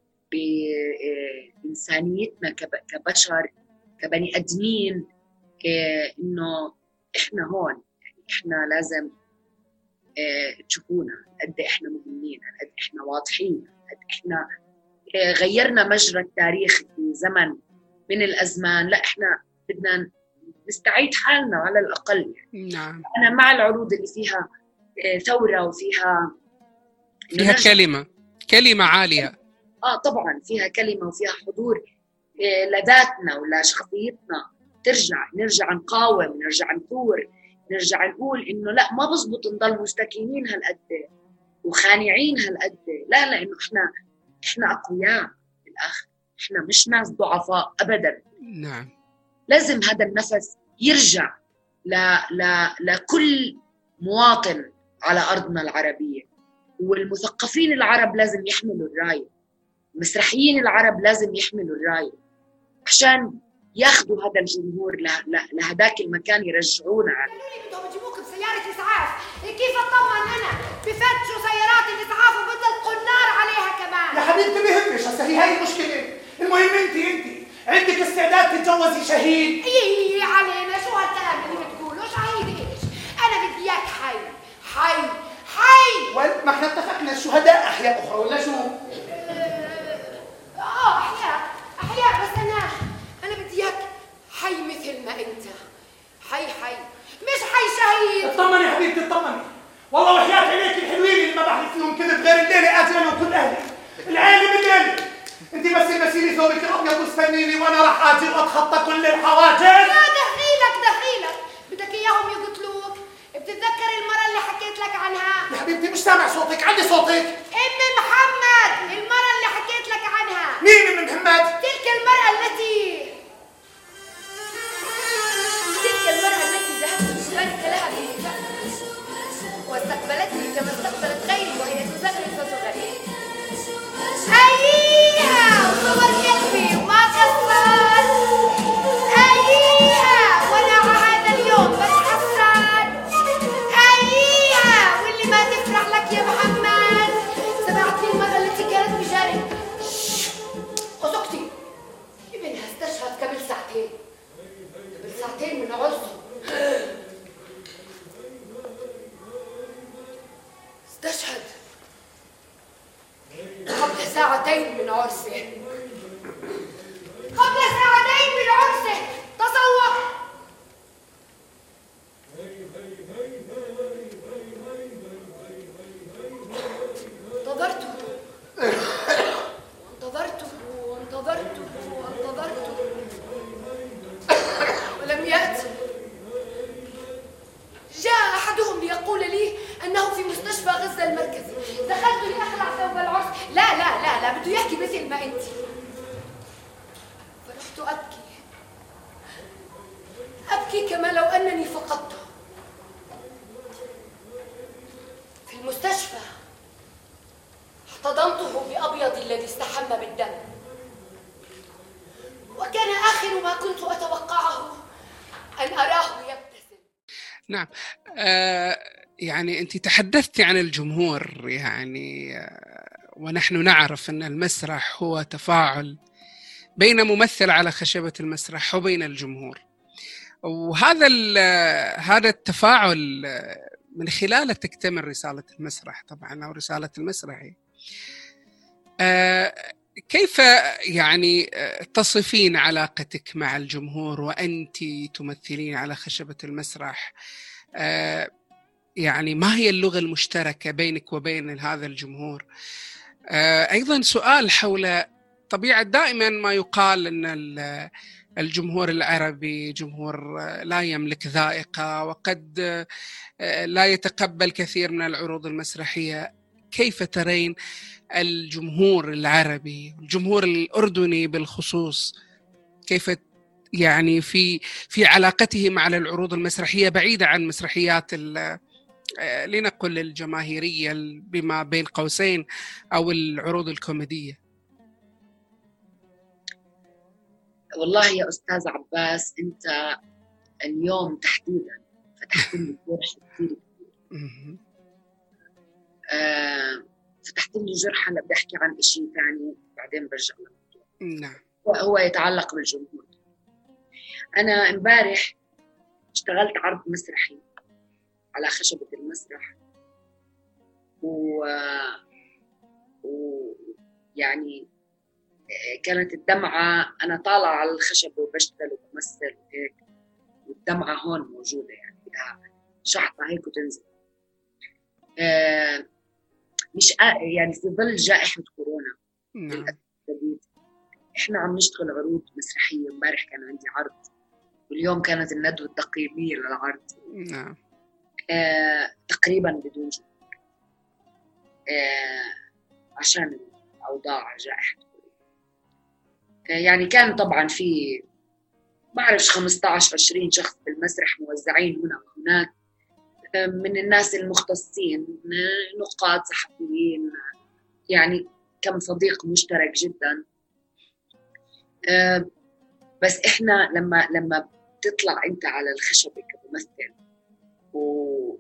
بإنسانيتنا كبشر كبني أدمين، إنه إحنا هون، يعني إحنا لازم تشوفونا قد إحنا مهمين، قد إحنا واضحين، قد إحنا غيرنا مجرى التاريخ في زمن من الأزمان. لا إحنا بدنا نستعيد حالنا على الأقل. نعم. أنا مع العروض اللي فيها ثورة وفيها فيها كلمة كلمة عالية. آه طبعا فيها كلمة وفيها حضور لذاتنا ولشخصيتنا، ترجع نرجع نقاوم، نرجع نثور، نرجع نقول إنه لا ما بزبط نضل مستكينين هالقد وخانعين هالقد. لا، لأنه إحنا إحنا أقوياء بالآخر. إحنا مش ناس ضعفاء أبداً. نعم. لازم هذا النفس يرجع ل... ل... لكل مواطن على أرضنا العربية، والمثقفين العرب لازم يحملوا الراية، المسرحيين العرب لازم يحملوا الراية عشان ياخذوا هذا الجمهور لهداك المكان يرجعونا عليه. بدهم يجيبوك بسيارة إسعاف، كيف أطمن أنا؟ بفتشوا سيارات الإسعاف وبيطلقوا النار عليها كمان. يا حبيبتي بيهمش، هسه هي هاي المشكلة. المهم انت انت عندك استعداد تتجوزي شهيد؟ ايه علينا، شو هالكلام اللي بتقوله؟ شهيد ايش؟ أنا بدي إياك حي حي حي. ما احنا اتفقنا الشهداء أحياء أخرى ولا شو؟ اه أحياء أحياء، بس أنا أنا بدي إياك حي مثل ما أنت. حي حي مش حي شهيد. اطمني يا حبيبتي اطمني، والله وحياة عينيك الحلوين اللي ما بحلف فيهم كذب غير الليلة آجي أنا وكل أهلي العيلة بالليلة. أنت بس المسيري ثوبك الأبيض واستنيني وأنا راح آجي وأتخطى كل الحواجز. لا دخيلك دخيلك، بدك إياهم يقتلوك. بتتذكر المرة اللي حكيت لك عنها؟ يا حبيبتي مش سامع صوتك، عندي صوتك. ام محمد، المرة اللي حكيت لك عنها. مين ام محمد؟ تلك المرأة التي تلك المرأة التي ذهبت بشبابك لها بالنساء واستقبلتني كما استقبلت غيري وهي تزغرف وتغني. أيها وصور قلبي وما قصر، أيها ونع هذا اليوم بتحسن، أيها واللي ما تفرح لك يا محمد. سمعتني المرة التي كانت بجانب أسكتي ابنها استشهد قبل ساعتين قبل ساعتين من عرسه. استشهد قبل ساعتين من عرسه. قبل ساعتين من عرسه، تصور. انتظرته وانتظرته وانتظرته وانتظرته ولم يأتي. جاء أحدهم ليقول لي أنه في مستشفى غزة المركزي. دخلت لأخلع ثوب العرس. لا لا لا لا، بده يحكي مثل ما أنت. فرحت أبكي أبكي كما لو أنني فقدته. في المستشفى احتضنته بأبيض الذي استحم بالدم، وكان آخر ما كنت أتوقعه أن أراه يبتسم. نعم. آه يعني أنت تحدثتي عن الجمهور، يعني آه ونحن نعرف أن المسرح هو تفاعل بين ممثل على خشبة المسرح وبين الجمهور، وهذا هذا التفاعل من خلاله تكتمل رسالة المسرح طبعا أو رسالة المسرحي. آه كيف يعني تصفين علاقتك مع الجمهور وأنت تمثلين على خشبة المسرح؟ آه يعني ما هي اللغة المشتركة بينك وبين هذا الجمهور؟ آه أيضا سؤال حول طبيعة دائما ما يقال أن الجمهور العربي جمهور لا يملك ذائقة وقد لا يتقبل كثير من العروض المسرحية. كيف ترين الجمهور العربي الجمهور الأردني بالخصوص، كيف يعني في في علاقته مع العروض المسرحية بعيدة عن مسرحيات لنقل الجماهيرية بما بين قوسين أو العروض الكوميدية؟ والله يا أستاذ عباس، أنت اليوم تحديداً فتحت لي جرح كثير كبير. آه فتحت لي جرح. هلا بدي أحكي عن إشي ثاني بعدين برجع للموضوع. نعم. هو يتعلق بالجمهور. أنا امبارح اشتغلت عرض مسرحي على خشبة المسرح، و ويعني كانت الدمعة، أنا طالعة على الخشبة وبشتغل وبمثل وهيك، والدمعة هون موجودة، يعني بدها شحطة هيك وتنزل. آه مش آه يعني في ظل جائحة كورونا. نعم. إحنا عم نشتغل عروض مسرحية. امبارح كان عندي عرض، واليوم كانت الندوة التقييمية للعرض. نعم. آه تقريبا بدون جمهور، آه عشان الأوضاع جائحة. يعني كان طبعا في بعرفش خمسة عشر عشرين شخص بالمسرح موزعين هنا وهناك من الناس المختصين، نقاد، صحفيين، يعني كم صديق مشترك جدا. بس احنا لما لما بتطلع انت على الخشبة كممثل و...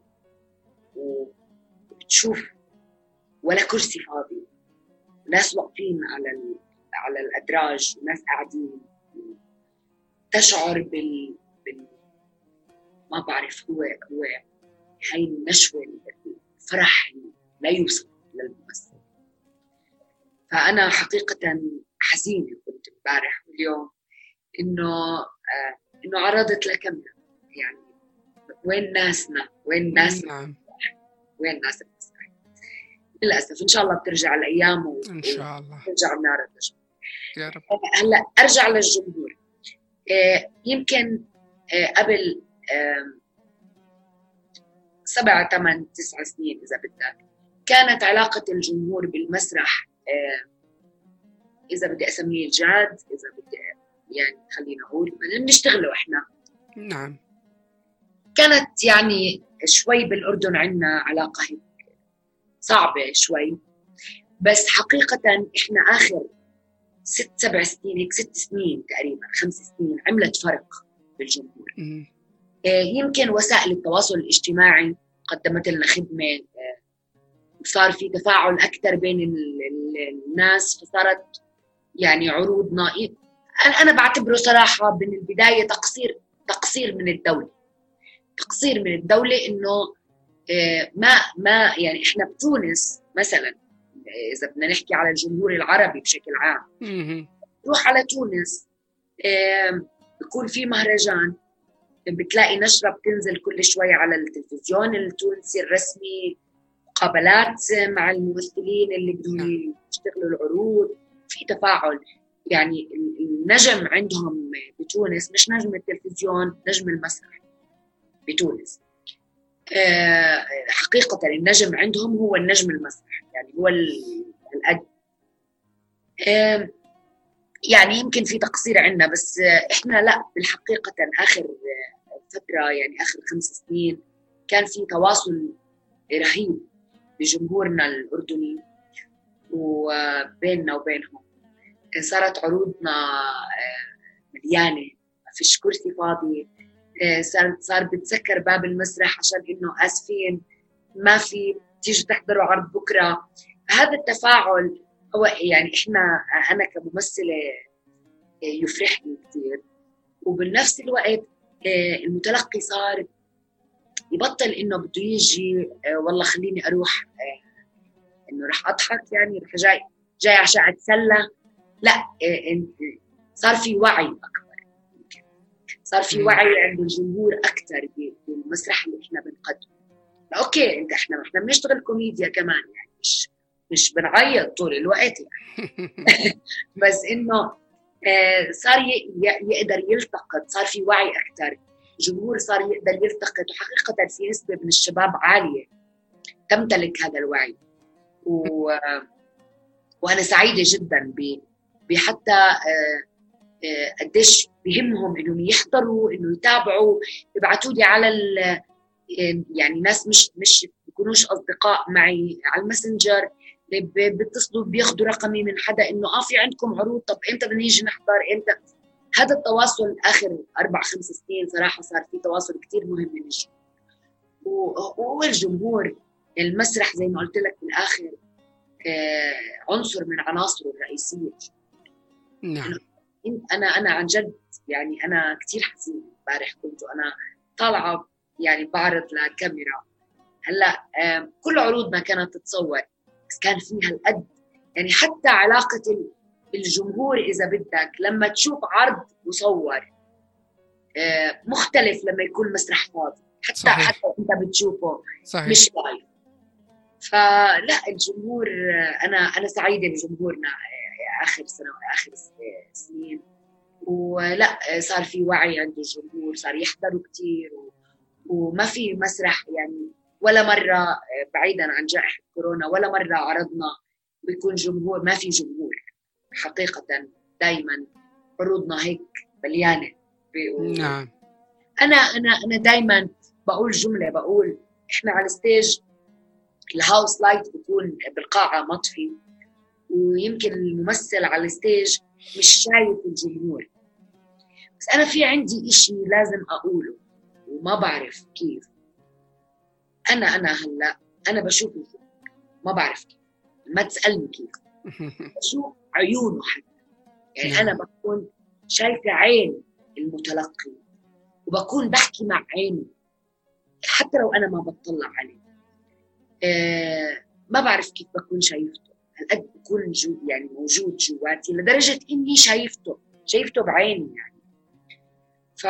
وبتشوف ولا كرسي فاضي، ناس واقفين على ال... على الأدراج وناس قاعدين، تشعر بال... بال... ما بعرف هو هو هاي النشوة، الفرح لا يوصف للممثل. فأنا حقيقة حزينة كنت امبارح واليوم إنه آه إنه عرضت لكاميرا، يعني وين ناسنا، وين ناسنا، وين ناس المسرح. للأسف إن شاء الله بترجع الأيام و... إن شاء الله ترجع بنعرض الجمهور يا رب. هلا أرجع للجمهور. آه يمكن آه قبل آه سبع ثمان تسع سنين إذا بدك، كانت علاقة الجمهور بالمسرح آه إذا بدي أسميه الجاد، إذا بدي يعني خلينا أقول اللي بنشتغله إحنا. نعم. كانت يعني شوي بالأردن عنا علاقة هيك صعبة شوي، بس حقيقة إحنا آخر ست سبع سنين هيك ست سنين تقريبا خمس سنين عملت فرق بالجمهور. م- يمكن وسائل التواصل الاجتماعي قدمت لنا خدمة، صار في تفاعل أكثر بين الناس، فصارت يعني عروضنا، أنا بعتبره صراحة من البداية تقصير تقصير من الدولة تقصير من الدولة إنه ما ما يعني إحنا بتونس مثلا، إذا بدنا نحكي على الجمهور العربي بشكل عام، روح على تونس بيكون في مهرجان، بتلاقي نشرة بتنزل كل شوي على التلفزيون التونسي الرسمي، مقابلات مع الممثلين اللي بدهم يشتغلوا العروض، في تفاعل. يعني النجم عندهم بتونس مش نجم التلفزيون، نجم المسرح بتونس. أه حقيقة النجم عندهم هو النجم المسرح، يعني هو الأد. أه يعني يمكن في تقصير عنا، بس إحنا لا، بالحقيقة آخر فترة يعني آخر خمس سنين كان في تواصل رهيب بجمهورنا الأردني وبيننا وبينهم. صارت عروضنا مليانة، ما فيش كرسي فاضي، صار صار بتسكر باب المسرح عشان إنه آسفين ما في تيجي تحضروا عرض بكرة. هذا التفاعل هو يعني إحنا أنا كممثلة يفرحني كثير، وبالنفس الوقت المتلقي صار يبطل إنه بده يجي والله خليني أروح إنه رح أضحك، يعني رح جاي جاي عشان أتسلى. لا، صار في وعي أكبر، صار في وعي عند الجمهور أكثر بالمسرح اللي إحنا بنقدمه. أوكي أنت إحنا إحنا بنشتغل كوميديا كمان، يعني مش مش بنعيط طول الوقت يعني. بس إنه صار يقدر يلتقط، صار في وعي أكثر، الجمهور صار يقدر يلتقط، وحقيقة في نسبة من الشباب عالية تمتلك هذا الوعي. و... وأنا سعيدة جدا بحتى قديش بهمهم إنهم يحضروا، إنه يتابعوا، يبعتوا لي على ال... يعني ناس مش مش بيكونوش أصدقاء معي على الماسنجر، بيتصلوا بياخدوا رقمي من حدا إنه آه في عندكم عروض، طب إمتى بدنا نيجي نحضر، إمتى. هذا التواصل آخر أربع خمس سنين صراحة صار في تواصل كتير مهم من الجمهور. والجمهور المسرح زي ما قلت لك بالآخر آه عنصر من عناصره الرئيسية. نعم. أنا أنا عن جد يعني أنا كتير حزينة. امبارح كنت أنا طالعة يعني بعرض لكاميرا، هلا آه كل عروضنا كانت تتصور، بس كان فيها القد يعني حتى علاقة الجمهور إذا بدك لما تشوف عرض مصور آه مختلف لما يكون مسرح فاضي، حتى صحيح. حتى أنت بتشوفه صحيح. مش لايف. فلا الجمهور أنا أنا سعيدة بجمهورنا آخر سنة آخر سنين، ولا صار في وعي عند الجمهور، صار يحضروا كتير، وما في مسرح يعني ولا مرة بعيدا عن جائحة كورونا ولا مرة عرضنا ويكون جمهور ما في جمهور حقيقة. دايما عروضنا هيك مليانه. نعم. انا انا انا دايما بقول جمله، بقول احنا على الستيج الهاوس لايت بيكون بالقاعه مطفي، ويمكن الممثل على الستيج مش شايف الجمهور، بس انا في عندي اشي لازم اقوله وما بعرف كيف. انا انا هلا انا بشوف الجمهور، ما بعرف كيف، ما تسالني كيف، بشوف عيونه حتى، يعني انا بكون شايفه عين المتلقي وبكون بحكي مع عينه حتى لو انا ما بطلع عليه. أه ما بعرف كيف بكون شايفته، هالقد بكون جو يعني موجود جواتي لدرجه اني شايفته شايفته بعيني يعني. ف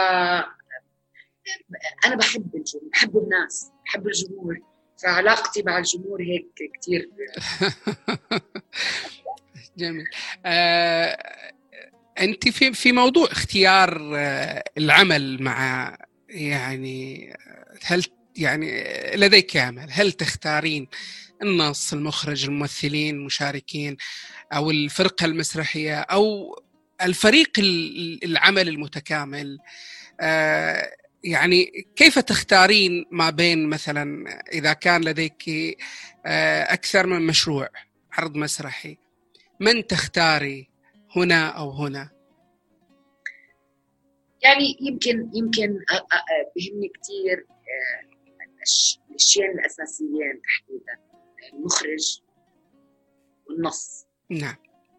انا بحب الجمهور، بحب الناس، بحب الجمهور، فعلاقتي مع الجمهور هيك كتير. جميل. آه، أنت في في موضوع اختيار آه العمل مع، يعني هل يعني لديك عمل، هل تختارين النص، المخرج، الممثلين، المشاركين، أو الفرقة المسرحية، أو الفريق العمل المتكامل؟ آه يعني كيف تختارين ما بين مثلا إذا كان لديك آه أكثر من مشروع عرض مسرحي، من تختاري هنا أو هنا؟ يعني يمكن يمكن بهمني كتير الأشياء الأساسيين تحديدا، المخرج والنص. نعم.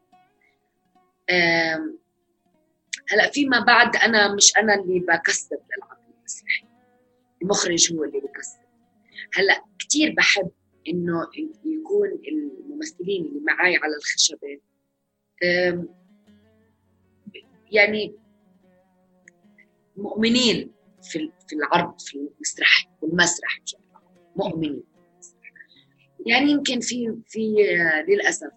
هلا فيما بعد أنا مش أنا اللي بكسب للعمل المسرحي، المخرج هو اللي بكسب. هلا كتير بحب إنه يكون الممثلين اللي معاي على الخشبة يعني مؤمنين في في العرض، في المسرح والمسرح بشكل عام، مؤمنين. يعني يمكن في في للاسف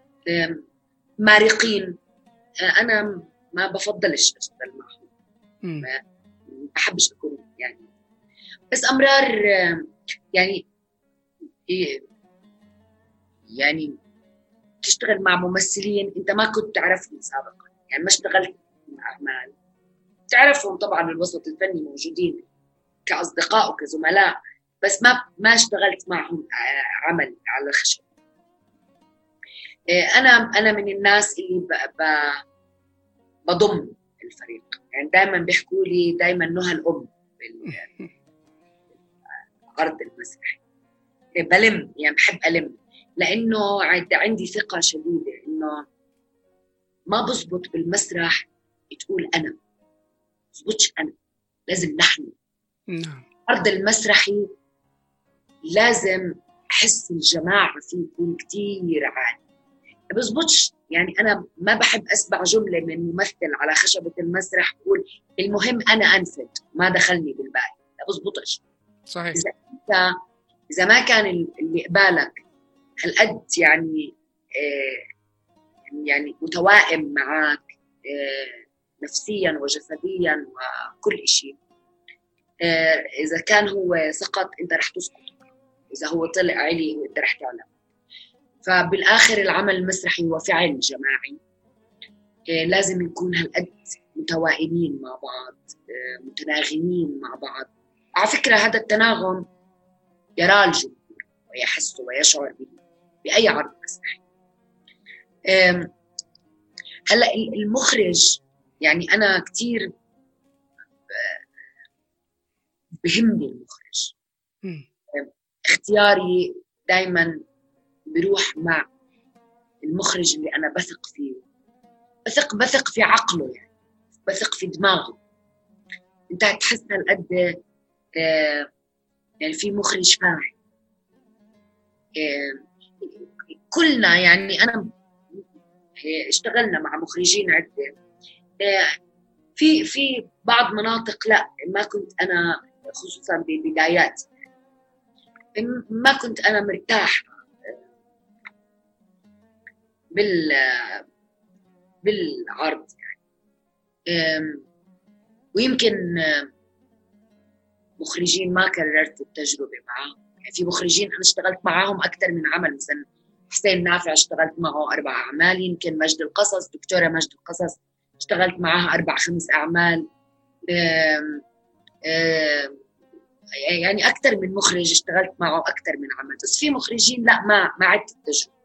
مارقين، انا ما بفضلش اشتغل معهم، ما بحبش اكون يعني، بس امرار يعني يعني تشتغل مع ممثلين انت ما كنت تعرفهم سابقا، يعني ما اشتغلت مع اعمال تعرفهم طبعا الوسط الفني موجودين كأصدقاء وكزملاء، بس ما ما اشتغلت معهم عمل على الخشب. انا انا من الناس اللي ب ب بضم الفريق، يعني دائما بيحكوا لي دائما نهى الام بالعرض المسرحي، بلم يعني بحب الم، لانه عندي ثقه شديده انه ما بزبط بالمسرح تقول انا، بزبطش أنا، لازم نحن. نعم. عرض المسرحي لازم أحس الجماعة فيه يكون كتير عالي، ما بزبطش يعني أنا ما بحب أسمع جملة من ممثل على خشبة المسرح يقول المهم أنا أنفذ ما دخلني بالباقي، لا بزبطش. صحيح. إذا أنت إذا ما كان اللي قبالك هالقد يعني آه يعني متوائم معك آه نفسياً وجسدياً وكل شيء، إذا كان هو سقط أنت رح تسقط، إذا هو طلع علي أنت رح تعلم. فبالآخر العمل المسرحي هو فعل جماعي، لازم نكون هالقد متوائمين مع بعض، متناغمين مع بعض. على فكرة هذا التناغم يرى الجمهور ويحس ويشعر به بأي عرض مسرحي. هلأ المخرج يعني أنا كتير بهمني المخرج، اختياري دايما بيروح مع المخرج اللي أنا بثق فيه، بثق بثق في عقله، يعني بثق في دماغه. أنت هتحس هالقد يعني في مخرج فاهم. كلنا يعني أنا اشتغلنا مع مخرجين عدة، في في بعض مناطق لا ما كنت أنا خصوصا ببداياتي ما كنت أنا مرتاح بال بالعرض يعني، ويمكن مخرجين ما كررت التجربة معهم. يعني في مخرجين أنا اشتغلت معهم أكثر من عمل، مثلا حسين نافع اشتغلت معه أربع أعمال، يمكن مجد القصص، دكتورة مجد القصص اشتغلت معها أربع خمس أعمال. آم آم يعني أكثر من مخرج اشتغلت معه أكثر من عمل، بس في مخرجين لا ما ما عدت التجربة.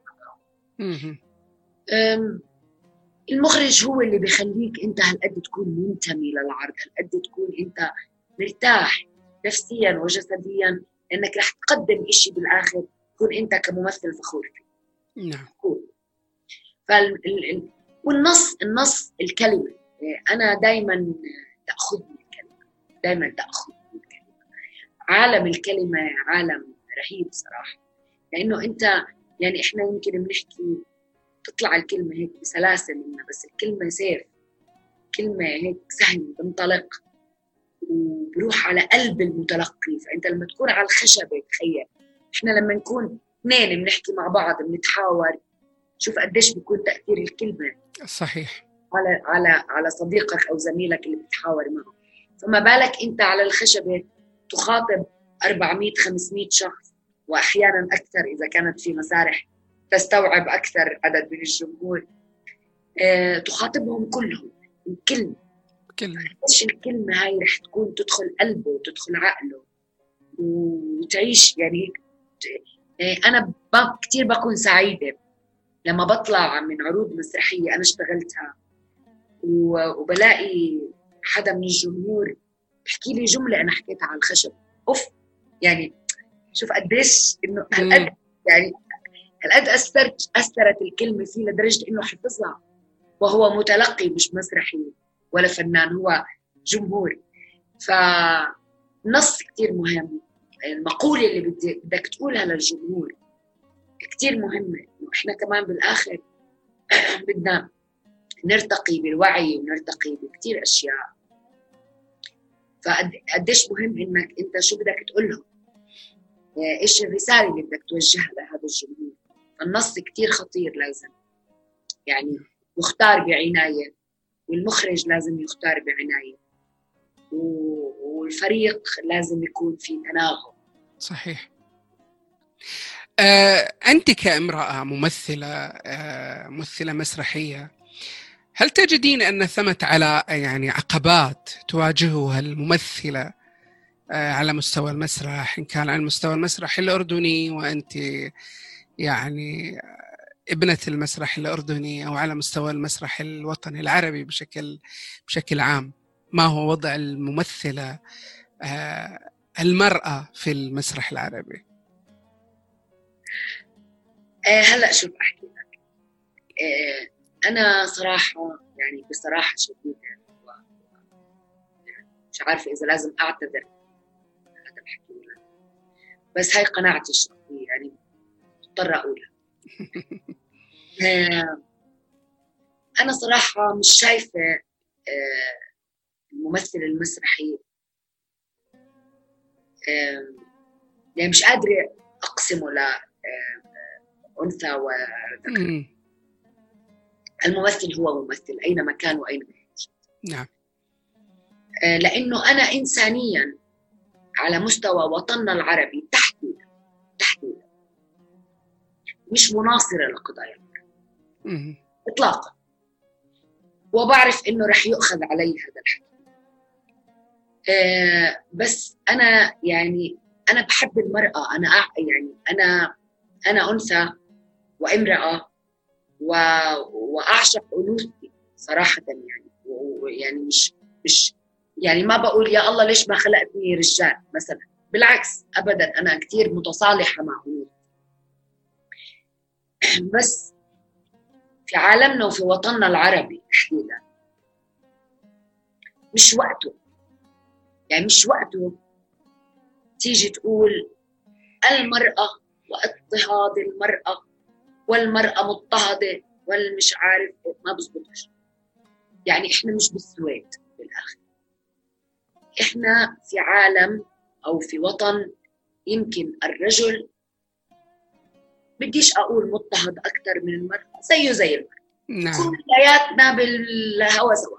المخرج هو اللي بيخليك أنت هالقد تكون منتمي للعرض، هالقد تكون أنت مرتاح نفسيا وجسديا إنك رح تقدم إشي بالآخر تكون أنت كممثل فخور فيه. نعم. فال... والنص النص الكلمة أنا دايما تأخذني الكلمة، دايما تأخذني الكلمة. عالم الكلمة عالم رهيب صراحة، لأنه أنت يعني إحنا يمكن بنحكي تطلع الكلمة هيك بسلاسة منا، بس الكلمة سيف، كلمة هيك سهل بنطلق وبروح على قلب المتلقي. فأنت لما تكون على الخشبة تخيل إحنا لما نكون اثنين بنحكي مع بعض بنتحاور، شوف قديش بيكون تأثير الكلمة صحيح على على على صديقك أو زميلك اللي بتحاور معه. فما بالك أنت على الخشبة تخاطب أربعمية خمسمية شخص، وأحيانا أكثر إذا كانت في مسارح تستوعب أكثر عدد من الجمهور. أه تخاطبهم كلهم الكلمة كلمة، إيش الكلمة هاي رح تكون تدخل قلبه وتدخل عقله وتعيش. يعني أنا كتير بكون سعيدة لما بطلع من عروض مسرحية أنا اشتغلتها وبلاقي حدا من الجمهور بحكي لي جملة أنا حكيتها على الخشب، أوف يعني شوف قديش إنه هالقد يعني هالقد أثرت أثرت الكلمة فيه لدرجة إنه حفظها، وهو متلقي مش مسرحي ولا فنان، هو جمهور. فالنص كتير مهم، المقولة اللي بدك تقولها للجمهور كتير مهمة. إحنا كمان بالآخر بدنا نرتقي بالوعي ونرتقي بكتير أشياء. فقديش مهم إنك أنت شو بدك تقولهم، إيش الرسالة اللي بدك توجهها لهذا الجمهور. النص كتير خطير، لازم يعني يختار بعناية، والمخرج لازم يختار بعناية، والفريق لازم يكون في تناغم. صحيح. آه، أنت كامرأة ممثلة آه، ممثلة مسرحية، هل تجدين أن ثمت على يعني عقبات تواجهها الممثلة آه، على مستوى المسرح، إن كان على مستوى المسرح الأردني وأنت يعني ابنة المسرح الأردني، أو على مستوى المسرح الوطني العربي بشكل بشكل عام؟ ما هو وضع الممثلة آه، المرأة في المسرح العربي؟ هلأ شوف أحكي لك، أنا صراحة يعني بصراحة شديدة مش عارفة إذا لازم أعتذر هذا الحكي ولا، بس هاي قناعتي الشخصية يعني مضطرة أقولها. أنا صراحة مش شايفة الممثل المسرحي، يعني مش قادرة أقسمه ل أنثى وذكر. الممثل هو ممثل أينما كان وأينما يوجد. نعم. لأنه أنا إنسانياً على مستوى وطننا العربي تحديداً تحديداً مش مناصرة لقضايا المرأة إطلاقاً، وبعرف إنه رح يؤخذ علي هذا الحكي. بس أنا يعني أنا بحب المرأة، أنا يعني أنا أنا أنثى وامرأة و... وأعشق أنوثتي صراحة، يعني ويعني مش مش يعني ما بقول يا الله ليش ما خلقتني رجال مثلا، بالعكس أبدا أنا كتير متصالحة مع أنوثتي. بس في عالمنا وفي وطننا العربي تحديدا مش وقته، يعني مش وقته تيجي تقول المرأة واضطهاد المرأة والمرأة مضطهدة والمش عارف، ما بزبطش. يعني إحنا مش بالسويد بالآخر، إحنا في عالم أو في وطن يمكن الرجل بديش أقول مضطهد أكتر من المرأة، زيه زي المرأة. نعم. كلياتنا بالهوى سوا.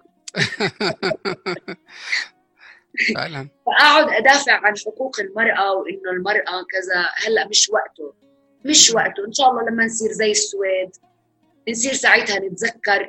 فعلا. فأقعد أدافع عن حقوق المرأة وإنه المرأة كذا، هلأ مش وقته. مش وقته. إن شاء الله لما نصير زي السويد نصير ساعتها نتذكر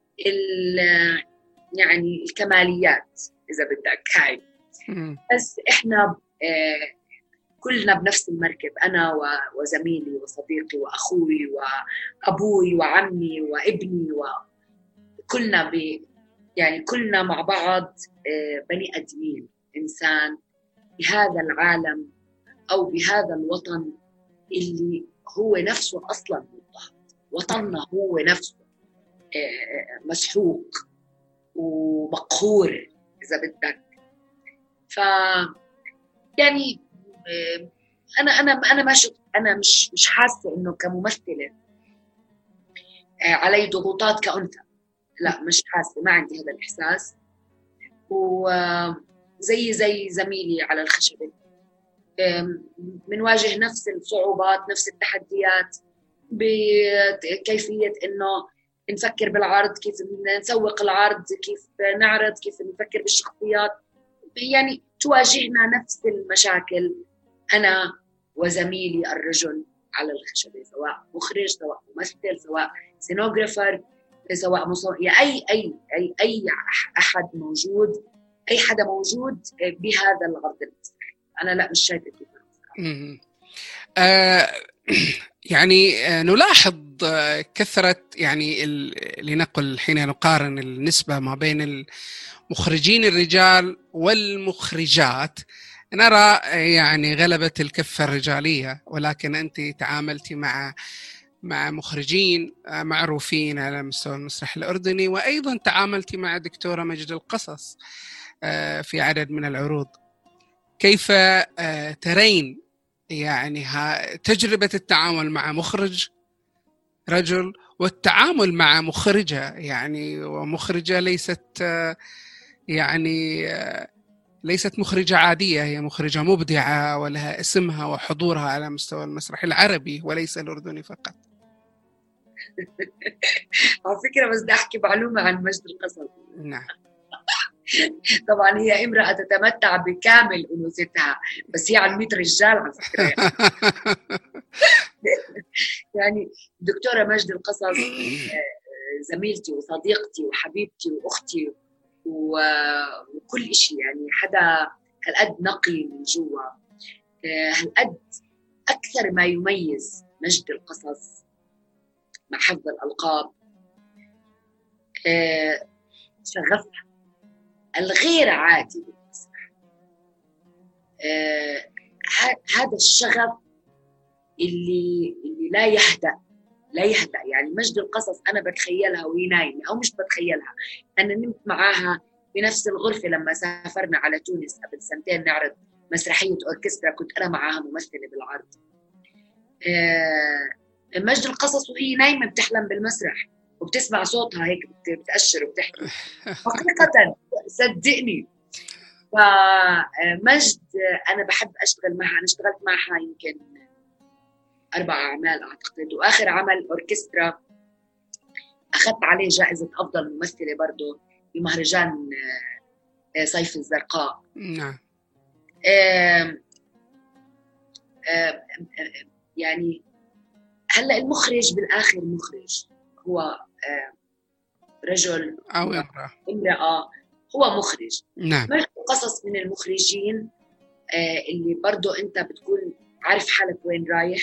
يعني الكماليات إذا بدك هاي. بس إحنا آه كلنا بنفس المركب، أنا وزميلي وصديقي وأخوي وأبوي وعمي وابني، وكلنا ب يعني كلنا مع بعض بني آدمين، إنسان بهذا العالم أو بهذا الوطن اللي هو نفسه أصلاً مضطهد. وطننا هو نفسه مسحوق ومقهور إذا بدك. ف يعني أنا أنا أنا ما شفت أنا مش مش حاسة إنه كممثلة علي ضغوطات كأنثى، لا مش حاسة، ما عندي هذا الإحساس. وزي زي زميلي على الخشبة بنواجه نفس الصعوبات نفس التحديات بكيفية إنه نفكر بالعرض، كيف نسوق العرض، كيف نعرض، كيف نفكر بالشخصيات. يعني تواجهنا نفس المشاكل أنا وزميلي الرجل على الخشبة، سواء مخرج، سواء ممثل، سواء سينوغرافر، سواء مصور، يعني أي أي أي أي أحد موجود، أي حدا موجود بهذا العرض المسرحي. أنا لا مش شايفة كيف. آه يعني آه نلاحظ كثرة، يعني لنقل حين نقارن النسبة ما بين المخرجين الرجال والمخرجات نرى يعني غلبة الكفة الرجالية، ولكن أنت تعاملتي مع مع مخرجين معروفين على مستوى المسرح الأردني، وأيضا تعاملتي مع دكتورة مجد القصص في عدد من العروض. كيف ترين يعني تجربة التعامل مع مخرج رجل والتعامل مع مخرجة، يعني ومخرجة ليست يعني ليست مخرجة عادية، هي مخرجة مبدعة ولها اسمها وحضورها على مستوى المسرح العربي وليس الأردني فقط. على فكرة بس بدي أحكي معلومة عن مجد القصص. نعم. طبعا هي امرأة تتمتع بكامل أنوثتها، بس هي عن مية رجال على فكرة. يعني دكتورة مجد القصص زميلتي وصديقتي وحبيبتي وأختي وكل إشي، يعني حدا هالقد نقي من جوا، هالقد أكثر ما يميز مجد القصص مع حفظ الألقاب شغفها الغير عادي بالمسرح. هذا الشغف اللي اللي لا يهدأ لا يهدأ. يعني مجد القصص أنا بتخيلها وهي نايمة، أو مش بتخيلها، أنا نمت معاها بنفس الغرفة لما سافرنا على تونس قبل سنتين نعرض مسرحية أوركسترا، كنت أنا معاها ممثلة بالعرض. مجد القصص وهي نايمة بتحلم بالمسرح وبتسمع صوتها هيك بتأشر وبتحكي حقيقة صدقني. فمجد أنا بحب أشتغل معها، أنا اشتغلت معها يمكن أربع أعمال أعتقد، وآخر عمل أوركسترا أخذت عليه جائزة أفضل ممثلة برضو بمهرجان صيف الزرقاء. نعم. يعني هلأ المخرج بالآخر مخرج، هو رجل أو امرأة امرأة هو مخرج. نعم. مجد القصص من المخرجين اللي برضو أنت بتكون عارف حالك وين رايح،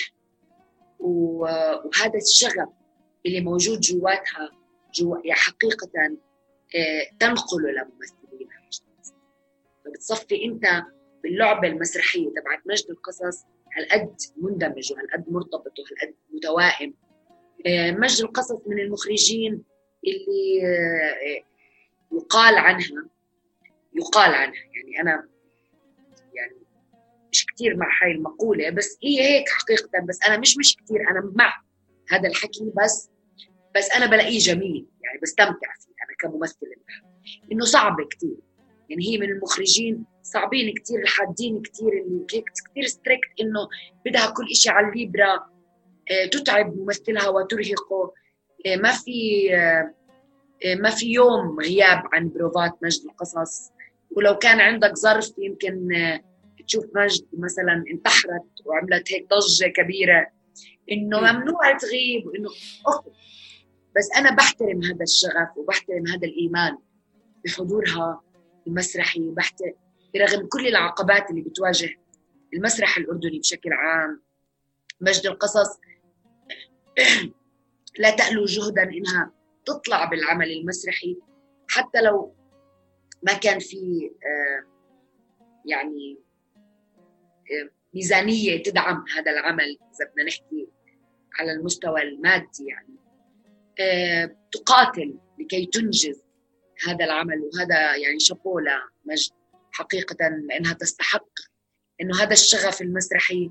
وهذا الشغف اللي موجود جواتها جوا يعني حقيقة تنقله لممثلين. فبتصفي أنت باللعبة المسرحية تبعت مجد القصص هالقد مندمج وهالقد مرتبط وهالقد متوائم. مجد القصص من المخرجين اللي يقال عنها يقال عنها يعني أنا يعني مش كتير مع هاي المقولة، بس هي هيك حقيقة، بس أنا مش مش كتير أنا مع هذا الحكي، بس بس أنا بلاقيه جميل، يعني بستمتع فيه أنا كممثلة، إنه صعب كتير. يعني هي من المخرجين صعبين كتير، الحادين كتير، اللي كتير ستريكت، إنه بدها كل إشي على الليبرا، تتعب ممثلها وترهقه. ما في ما في يوم غياب عن بروفات مجد القصص، ولو كان عندك ظرف يمكن تشوف مجد مثلا انتحرت وعملت هيك ضجة كبيرة، إنه ممنوع تغيب، وإنه أوكي. بس أنا بحترم هذا الشغف وبحترم هذا الإيمان بحضورها المسرحي، بحترم برغم كل العقبات اللي بتواجه المسرح الأردني بشكل عام. مجد القصص لا تألو جهدا إنها تطلع بالعمل المسرحي، حتى لو ما كان في يعني ميزانية تدعم هذا العمل إذا بدنا نحكي على المستوى المادي، يعني تقاتل لكي تنجز هذا العمل. وهذا يعني شابولا مجد حقيقة، لأنها تستحق إنه هذا الشغف المسرحي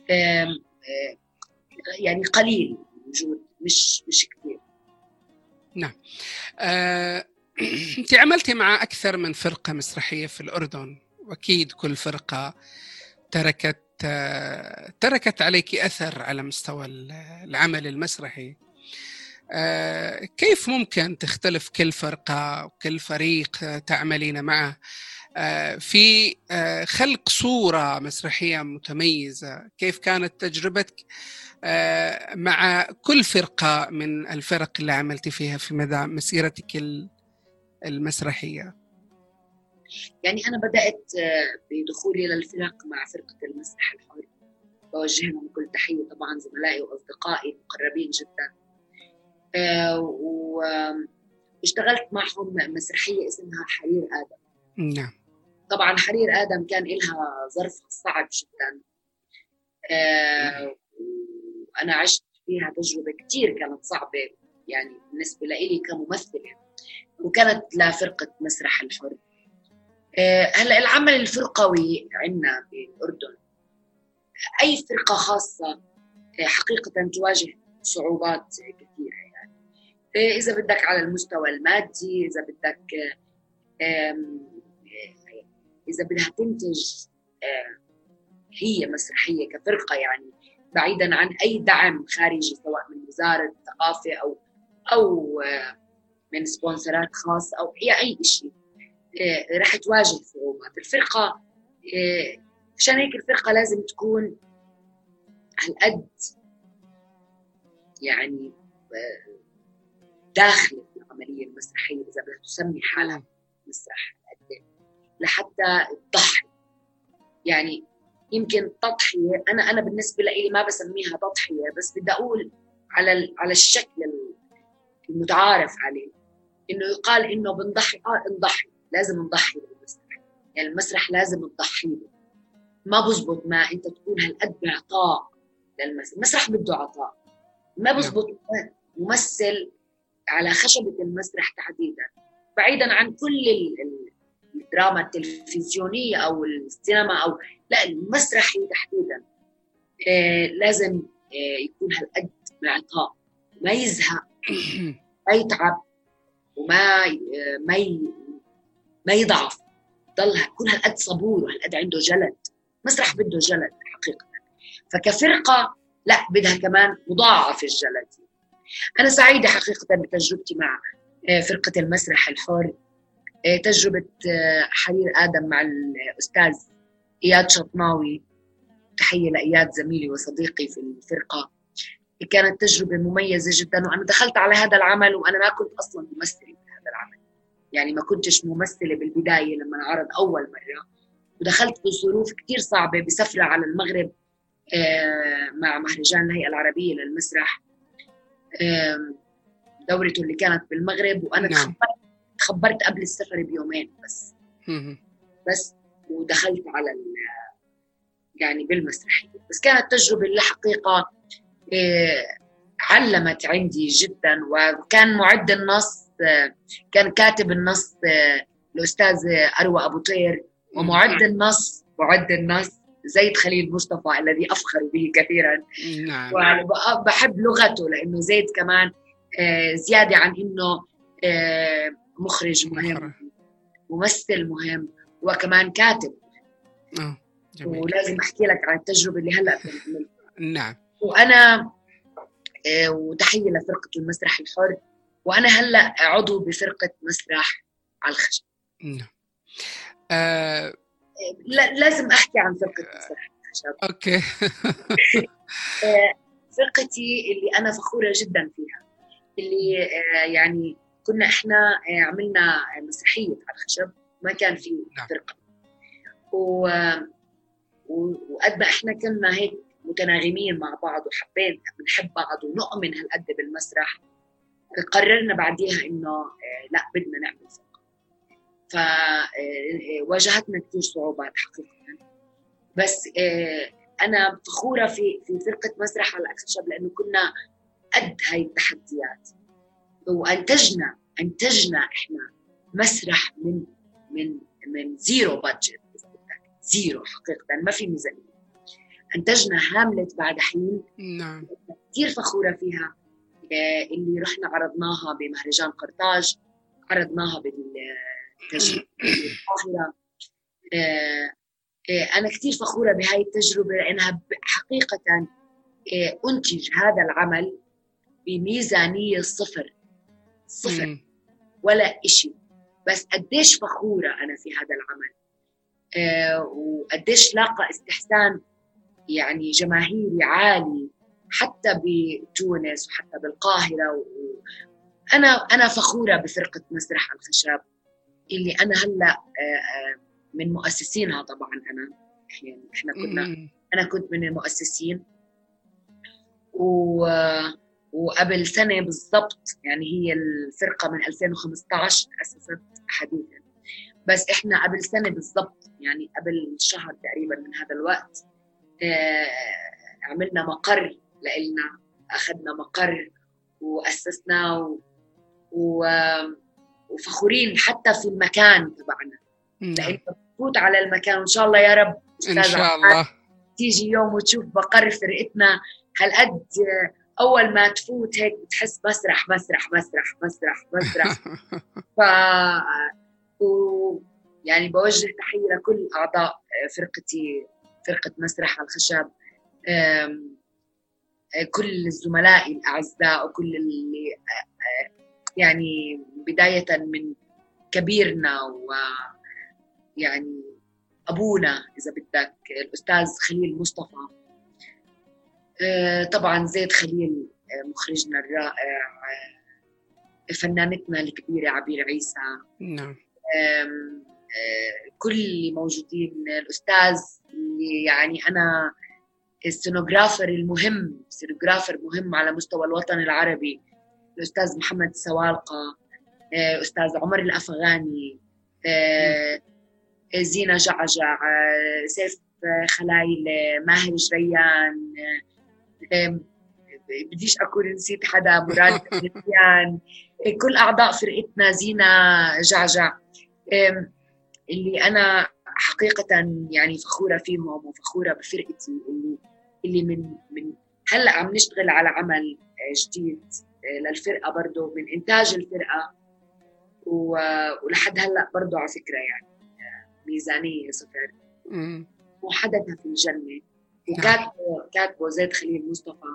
يعني قليل وجود، مش مش كثير. نعم. أه... أنت عملتي مع أكثر من فرقة مسرحية في الأردن، وأكيد كل فرقة تركت أه... تركت عليك أثر على مستوى العمل المسرحي. أه... كيف ممكن تختلف كل فرقة وكل فريق تعملين معه في خلق صورة مسرحية متميزة؟ كيف كانت تجربتك مع كل فرقة من الفرق اللي عملتي فيها في مدى مسيرتك المسرحية؟ يعني أنا بدأت بدخولي للفرق مع فرقة المسرح الحر، بوجه لهم كل تحية طبعا، زملائي وأصدقائي المقربين جدا. واشتغلت معهم مسرحية اسمها حرير آدم. نعم. طبعا حرير آدم كان لها ظرف صعب جدا، آه وأنا عشت فيها تجربة كتير كانت صعبة يعني بالنسبة لي كممثلة، وكانت لفرقة مسرح الحر. آه هلأ العمل الفرقوي عندنا بالأردن، أي فرقة خاصة آه حقيقة تواجه صعوبات كثيرة، يعني آه إذا بدك على المستوى المادي، إذا بدك آه إذا بدها تنتج هي مسرحية كفرقة، يعني بعيداً عن أي دعم خارجي سواء من وزارة الثقافة أو أو من سبونسرات خاص أو أي شيء، رح تواجه صعوبات. الفرقة عشان هيك الفرقة لازم تكون هالقد يعني داخل العملية المسرحية، إذا بدها تسمي حالها مسرح لحتى تضحي. يعني يمكن تضحية، أنا أنا بالنسبة لي ما بسميها تضحية، بس بدي أقول على على الشكل المتعارف عليه، إنه يقال إنه بنضحي، آه نضحي، لازم نضحي بالمسرح، يعني المسرح لازم تضحي له. ما بزبط ما أنت تكون هالقد بعطاء للمسرح، المسرح بده عطاء. ما بزبط ممثل على خشبة المسرح تحديدا، بعيدا عن كل ال الدراما التلفزيونية أو السينما أو لا، المسرحي تحديداً آه لازم آه يكون هالقد معطاء، ما يزهق، ما يتعب، وما آه ما ي... ما يضعف، ضل كل هالقد صبور وهالقد عنده جلد. مسرح بده جلد حقيقة. فكفرقة لا، بدها كمان مضاعف الجلد. أنا سعيدة حقيقة بتجربتي مع آه فرقة المسرح الحر، تجربة حرير آدم مع الأستاذ إياد شطناوي، تحية لإياد زميلي وصديقي في الفرقة. كانت تجربة مميزة جدا، وأنا دخلت على هذا العمل وأنا ما كنت أصلا ممثلة بهذا العمل، يعني ما كنتش ممثلة بالبداية لما انعرض أول مرة، ودخلت بظروف كتير صعبة بسفرة على المغرب مع مهرجان الهيئة العربية للمسرح، دورته اللي كانت بالمغرب، وأنا نعم. خبرت قبل السفر بيومين بس بس ودخلت على يعني بالمسرحية. بس كانت تجربة اللي حقيقة علمت عندي جدا. وكان معد النص، كان كاتب النص الأستاذ أروى أبو طير، ومعد النص معد النص زيد خليل مصطفى الذي أفخر به كثيرا. نعم. وبحب لغته، لأنه زيد كمان زيادة عن إنه مخرج مهم، ممثل مهم، وكمان كاتب. آه، جميل. ولازم أحكي لك عن التجربة اللي هلأ بنعملها. نعم. وأنا آه وتحية لفرقة المسرح الحر، وأنا هلأ عضو بفرقة مسرح على الخشب. نعم. آه... لا، لازم أحكي عن فرقة مسرح على الخشب. أوكي. آه فرقتي اللي أنا فخورة جدا فيها، اللي آه يعني كنا إحنا آه عملنا مسرحية على الخشب، ما كان في فرقة، وقد ما إحنا كنا هيك متناغمين مع بعض وحبين بنحب بعض ونؤمن هالقد بالمسرح، قررنا بعديها إنه آه لا بدنا نعمل فرقة. فواجهتنا كثير صعوبات حقيقة، بس آه أنا فخورة في في فرقة مسرح على الخشب لأنه كنا قد هاي التحديات، وأنتجنا أنتجنا إحنا مسرح من من من زيرو بادجت، زيرو حقيقة، ما في ميزانية. أنتجنا هاملت بعد حين. نعم. كثير فخورة فيها، اللي رحنا عرضناها بمهرجان قرطاج، عرضناها بالتجربة القاهرة. أنا كثير فخورة بهاي التجربة لأنها حقيقة أنتج هذا العمل بميزانية صفر صفر م. ولا إشي، بس قديش فخورة أنا في هذا العمل، وقديش لاقى استحسان يعني جماهيري عالي حتى بتونس وحتى بالقاهرة. وأنا أنا فخورة بفرقة مسرح على الخشب اللي أنا هلأ من مؤسسينها. طبعاً أنا يعني إحنا كنا أنا كنت من المؤسسين، و وقبل سنة بالضبط يعني هي الفرقة من ألفين وخمسة عشر تأسست حديثاً، بس إحنا قبل سنة بالضبط يعني قبل شهر تقريباً من هذا الوقت عملنا مقر لإلنا، أخذنا مقر وأسسنا و... و... وفخورين حتى في المكان تبعنا، لأنه تفوت على المكان وإن شاء الله يا رب إن شاء الله تيجي يوم وتشوف مقر فرقتنا هالقد، أول ما تفوت هيك بتحس مسرح مسرح مسرح مسرح مسرح ف و... يعني بوجه تحية لكل أعضاء فرقتي، فرقة مسرح على الخشب، كل الزملاء الأعزاء وكل اللي يعني بداية من كبيرنا ويعني أبونا إذا بدك الأستاذ خليل مصطفى، طبعا زيد خليل مخرجنا الرائع، فنانتنا الكبيرة عبير عيسى، نعم، كل اللي موجودين، الأستاذ اللي يعني أنا السينوغرافر المهم، سينوغرافر مهم على مستوى الوطن العربي، الأستاذ محمد سوالقة، أستاذ عمر الأفغاني، زينة جعجع، سيف خلايل، ماهر جريان، بديش أكون نسيت حدا، مراد نسيان، كل أعضاء فرقتنا، زينة جعجع اللي أنا حقيقة يعني فخورة فيهم وفخورة بفرقتي اللي اللي من من هلأ عم نشتغل على عمل جديد للفرقة برضو من إنتاج الفرقة، ولحد هلأ برضو على فكرة يعني ميزانية صفر، وحدثها في الجنة، وكاتبه كاتبه زيد خليل مصطفى،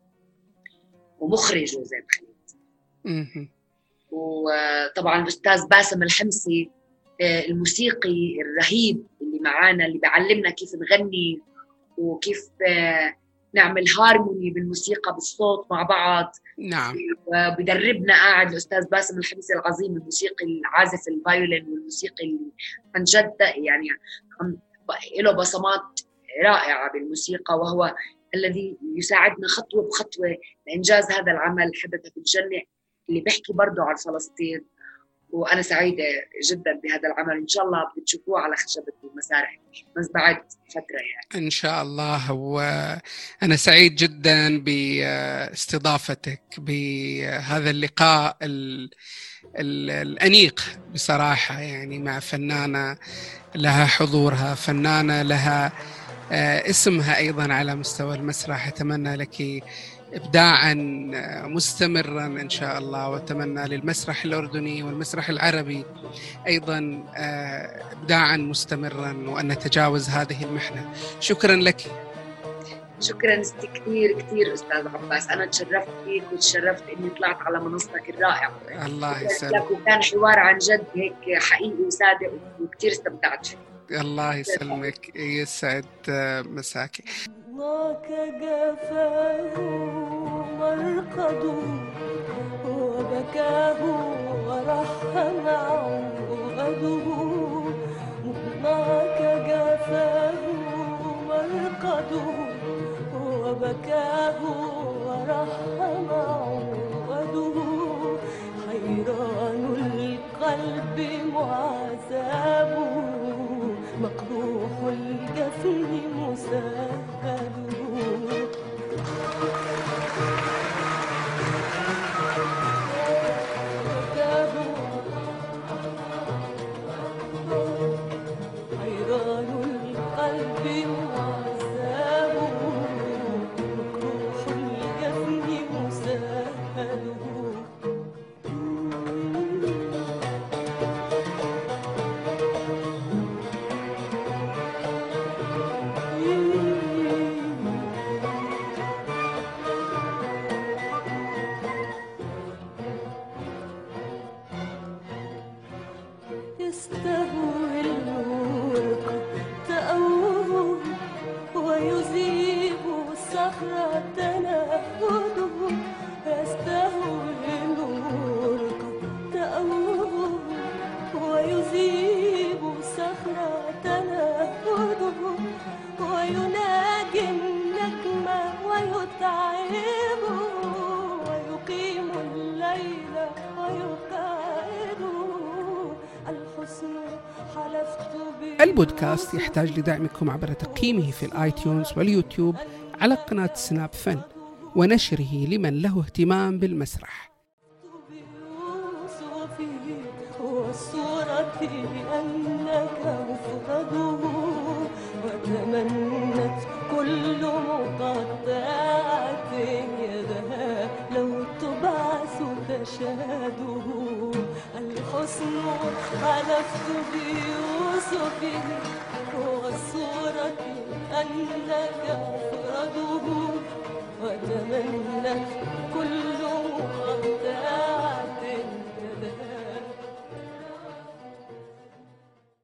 ومخرجه زيد خليل، وطبعا الأستاذ باسم الحمصي الموسيقي الرهيب اللي معانا، اللي بيعلمنا كيف نغني وكيف نعمل هارموني بالموسيقى بالصوت مع بعض. نعم. وبدربنا قاعد الأستاذ باسم الحمصي العظيم، الموسيقي العازف الفايولين والموسيقي اللي عن جد يعني له بصمات رائعة بالموسيقى، وهو الذي يساعدنا خطوة بخطوة لإنجاز هذا العمل حدث في الجنة اللي بيحكي برضو عن فلسطين. وأنا سعيدة جدا بهذا العمل، إن شاء الله بتشوفوه على خشبة المسارح بس بعد فترة يعني. إن شاء الله. وأنا سعيد جدا باستضافتك بهذا اللقاء ال ال الأنيق بصراحة، يعني مع فنانة لها حضورها، فنانة لها اسمها أيضا على مستوى المسرح. أتمنى لك إبداعاً مستمراً إن شاء الله، وأتمنى للمسرح الأردني والمسرح العربي أيضاً إبداعاً مستمراً، وأن نتجاوز هذه المحنة. شكراً لك. شكراً كثير كثير أستاذ عباس، أنا تشرفت فيك وتشرفت إني طلعت على منصتك الرائعة. الله يسلمك، وكان حوار عن جد هيك حقيقي وصادق وكثير استمتعت فيه. الله يسلمك، يسعد مساكي. مرقده وبكاه ورحم عقده هناك جافاه مرقده وبكاه ورحم عقده حيران القلب معذبه مقروح الجفن مسهله حيران القلب معذبه مقروح الجفن مسهله يستهوي الورق تأوه ويذيب الصخرة تنهده يستهوي الورق تأوه ويذيب الصخرة تنهده ويناجي النجم ويتعبه ويقيم الليل ويقعده الحسن حلفت به. البودكاست يحتاج لدعمكم عبر تقييمه في الآيتيونز واليوتيوب على قناة سناب فن ونشره لمن له اهتمام بالمسرح. والصورة أنك مفرده وتمنت كل مقطعة يدها لو تبعث تشهده الحسن حلفت بيوسف والصورة أنك مفرده